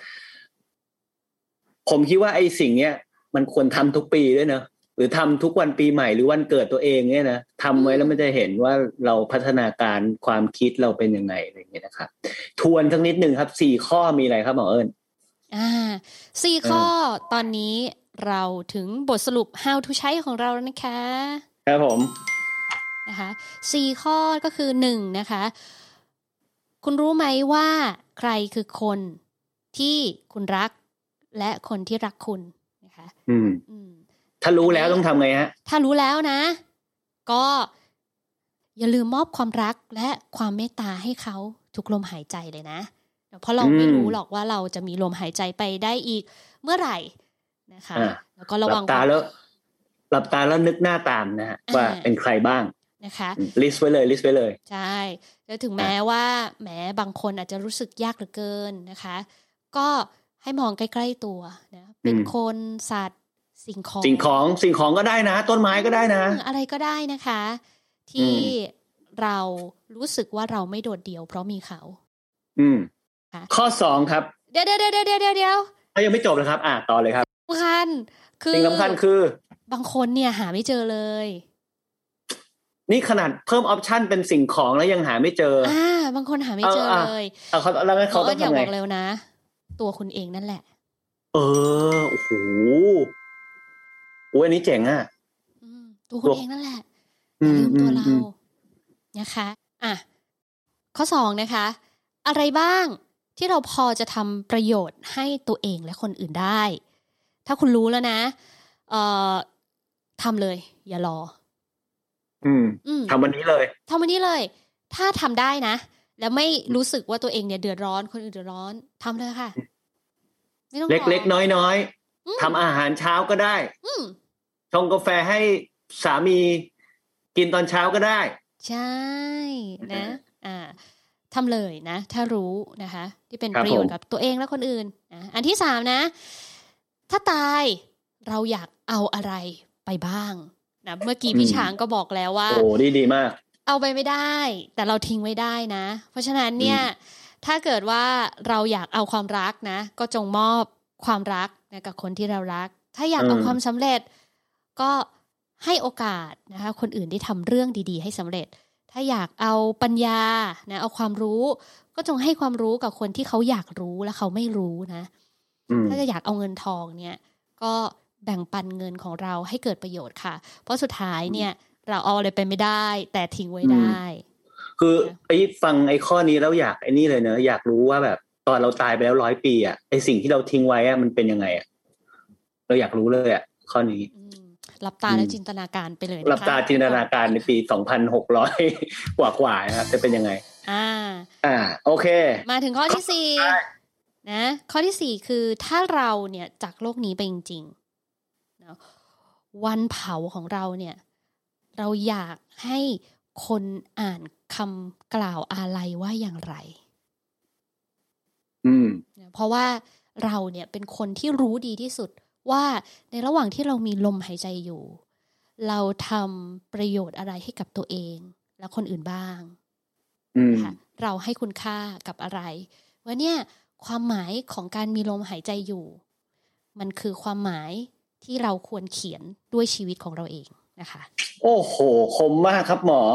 ผมคิดว่าไอ้สิ่งเนี้ยมันควรทำทุกปีด้วยนะหรือทำทุกวันปีใหม่หรือวันเกิดตัวเองเนี่ยนะทำไว้แล้วมันจะเห็นว่าเราพัฒนาการความคิดเราเป็นยังไงอะไรอย่างเงี้ยนะครับทวนสักนิดนึงครับสี่ข้อมีอะไรครับหมอเอิญอ่าสี่ข้อตอนนี้เราถึงบทสรุป how to ใช้ของเราแล้วนะคะครับผมนะคะสี่ข้อก็คือหนึ่งนะคะคุณรู้ไหมว่าใครคือคนที่คุณรักและคนที่รักคุณนะคะอืมถ้ารู้แล้วต้องทำไงฮะถ้ารู้แล้วนะก็อย่าลืมมอบความรักและความเมตตาให้เขาทุกลมหายใจเลยนะเพราะเราไม่รู้หรอกว่าเราจะมีลมหายใจไปได้อีกเมื่อไหร่นะคะแล้วก็ระวังหลับตาแล้วหลับตาแล้วนึกหน้าตามนะฮะว่าเป็นใครบ้างนะคะลิสต์ไว้เลยลิสต์ไว้เลยใช่แล้วถึงแม้ว่าแม้บางคนอาจจะรู้สึกยากเหลือเกินนะคะก็ให้มองใกล้ๆตัวนะเป็นคนสัตว์สิ่งของสิ่งของสิ่งของก็ได้นะต้นไม้ก็ได้นะอะไรก็ได้นะคะที่เรารู้สึกว่าเราไม่โดดเดี่ยวเพราะมีเขาอืมข้อสองครับเดี๋ยวเดี๋ยวเดี๋ยวเดี๋ยวเดี๋ยวยังไม่จบเลยครับอ่ะต่อเลยครับสำคัญคือสิ่งสำคัญคือบางคนเนี่ยหาไม่เจอเลยนี่ขนาดเพิ่มออปชันเป็นสิ่งของแล้วยังหาไม่เจออ่าบางคนหาไม่เจอเลยเออเขาแล้วงั้นเขาต้องทำไงบอกเร็วนะตัวคุณเองนั่นแหละเออโอ้โหโอ้ยอันนี้เจ๋งอ่ะตัวคุณเองนั่นแหละอย่าลืมตัวเรานะคะอ่ะข้อสองนะคะอะไรบ้างที่เราพอจะทำประโยชน์ให้ตัวเองและคนอื่นได้ถ้าคุณรู้แล้วนะเอ่อทำเลยอย่ารออืมทำวันนี้เลยทำวันนี้เลยถ้าทำได้นะแล้วไม่รู้สึกว่าตัวเองเนี่ยเดือดร้อนคนอื่นเดือดร้อนทำเลยค่ะไม่ต้องเล็กๆน้อยๆทำอาหารเช้าก็ได้ชงกาแฟให้สามีกินตอนเช้าก็ได้ใช่นะอ่าทำเลยนะถ้ารู้นะคะที่เป็นประโยชน์กับตัวเองและคนอื่นนะอันที่สามนะถ้าตายเราอยากเอาอะไรไปบ้างนะเมื่อกี้พี่ช้างก็บอกแล้วว่าโอ้ดีดีมากเอาไปไม่ได้แต่เราทิ้งไว้ได้นะเพราะฉะนั้นเนี่ยถ้าเกิดว่าเราอยากเอาความรักนะก็จงมอบความรักนะกับคนที่เรารักถ้าอยากเอาความสำเร็จก็ให้โอกาสนะคะคนอื่นได้ทำเรื่องดีๆให้สำเร็จถ้าอยากเอาปัญญานะเอาความรู้ก็จงให้ความรู้กับคนที่เขาอยากรู้และเขาไม่รู้นะถ้าจะอยากเอาเงินทองเนี่ยก็แบ่งปันเงินของเราให้เกิดประโยชน์ค่ะเพราะสุดท้ายเนี่ยเราเอาอะไรไปไม่ได้แต่ทิ้งไว้ได้คือไอ้ฟังไอ้ข้อนี้แล้วอยากไอ้นี่เลยเนอะอยากรู้ว่าแบบตอนเราตายไปแล้วร้อยปีอ่ะไอ้สิ่งที่เราทิ้งไว้อ่ะมันเป็นยังไงอ่ะเราอยากรู้เลยอ่ะข้อนี้หลับตาแล้วจินตนาการไปเลยนะคะหลับตาจินตนาการในปีสองพันหกร้อยกว่าๆนะครับจะเป็นยังไงอ่าอ่าโอเคมาถึงข้อที่สี่นะข้อที่สี่คือถ้าเราเนี่ยจากโลกนี้ไปจริงๆนะวันเผาของเราเนี่ยเราอยากให้คนอ่านคำกล่าวอาลัยว่าอย่างไรอืมเพราะว่าเราเนี่ยเป็นคนที่รู้ดีที่สุดว่าในระหว่างที่เรามีลมหายใจอยู่เราทำประโยชน์อะไรให้กับตัวเองและคนอื่นบ้างค่ะเราให้คุณค่ากับอะไรว่าเนี่ยความหมายของการมีลมหายใจอยู่มันคือความหมายที่เราควรเขียนด้วยชีวิตของเราเองนะคะโอ้โหคมมากครับหมอ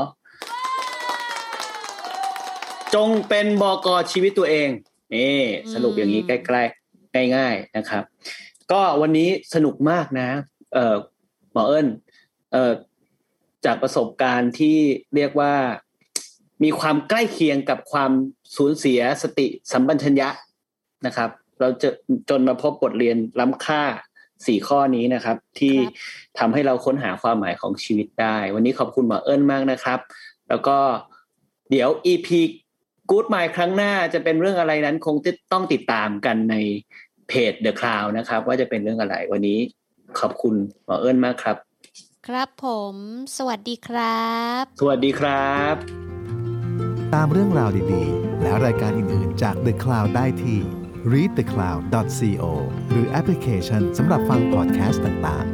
จงเป็นบก.ชีวิตตัวเองนี่สรุปอย่างนี้ใกล้ๆง่ายๆนะครับก็วันนี้สนุกมากนะเอ่อหมอเอิ้นเอ่อจากประสบการณ์ที่เรียกว่ามีความใกล้เคียงกับความสูญเสียสติสัมปชัญญะนะครับเราจะจนมาพบบทเรียนล้ำค่าสี่ข้อนี้นะครับที่ทำให้เราค้นหาความหมายของชีวิตได้วันนี้ขอบคุณหมอเอิ้นมากนะครับแล้วก็เดี๋ยว อี พี Good Mind ครั้งหน้าจะเป็นเรื่องอะไรนั้นคงต้องติดตามกันในเพจ The Cloud นะครับว่าจะเป็นเรื่องอะไรวันนี้ขอบคุณหมอเอิ้นมากครับครับผมสวัสดีครับสวัสดีครับตามเรื่องราวดีๆและรายการอื่นๆจาก The Cloud ได้ที่ รีด เดอะ คลาวด์ ดอท ซี โอ หรือแอปพลิเคชันสำหรับฟังพอดแคสต์ต่างๆ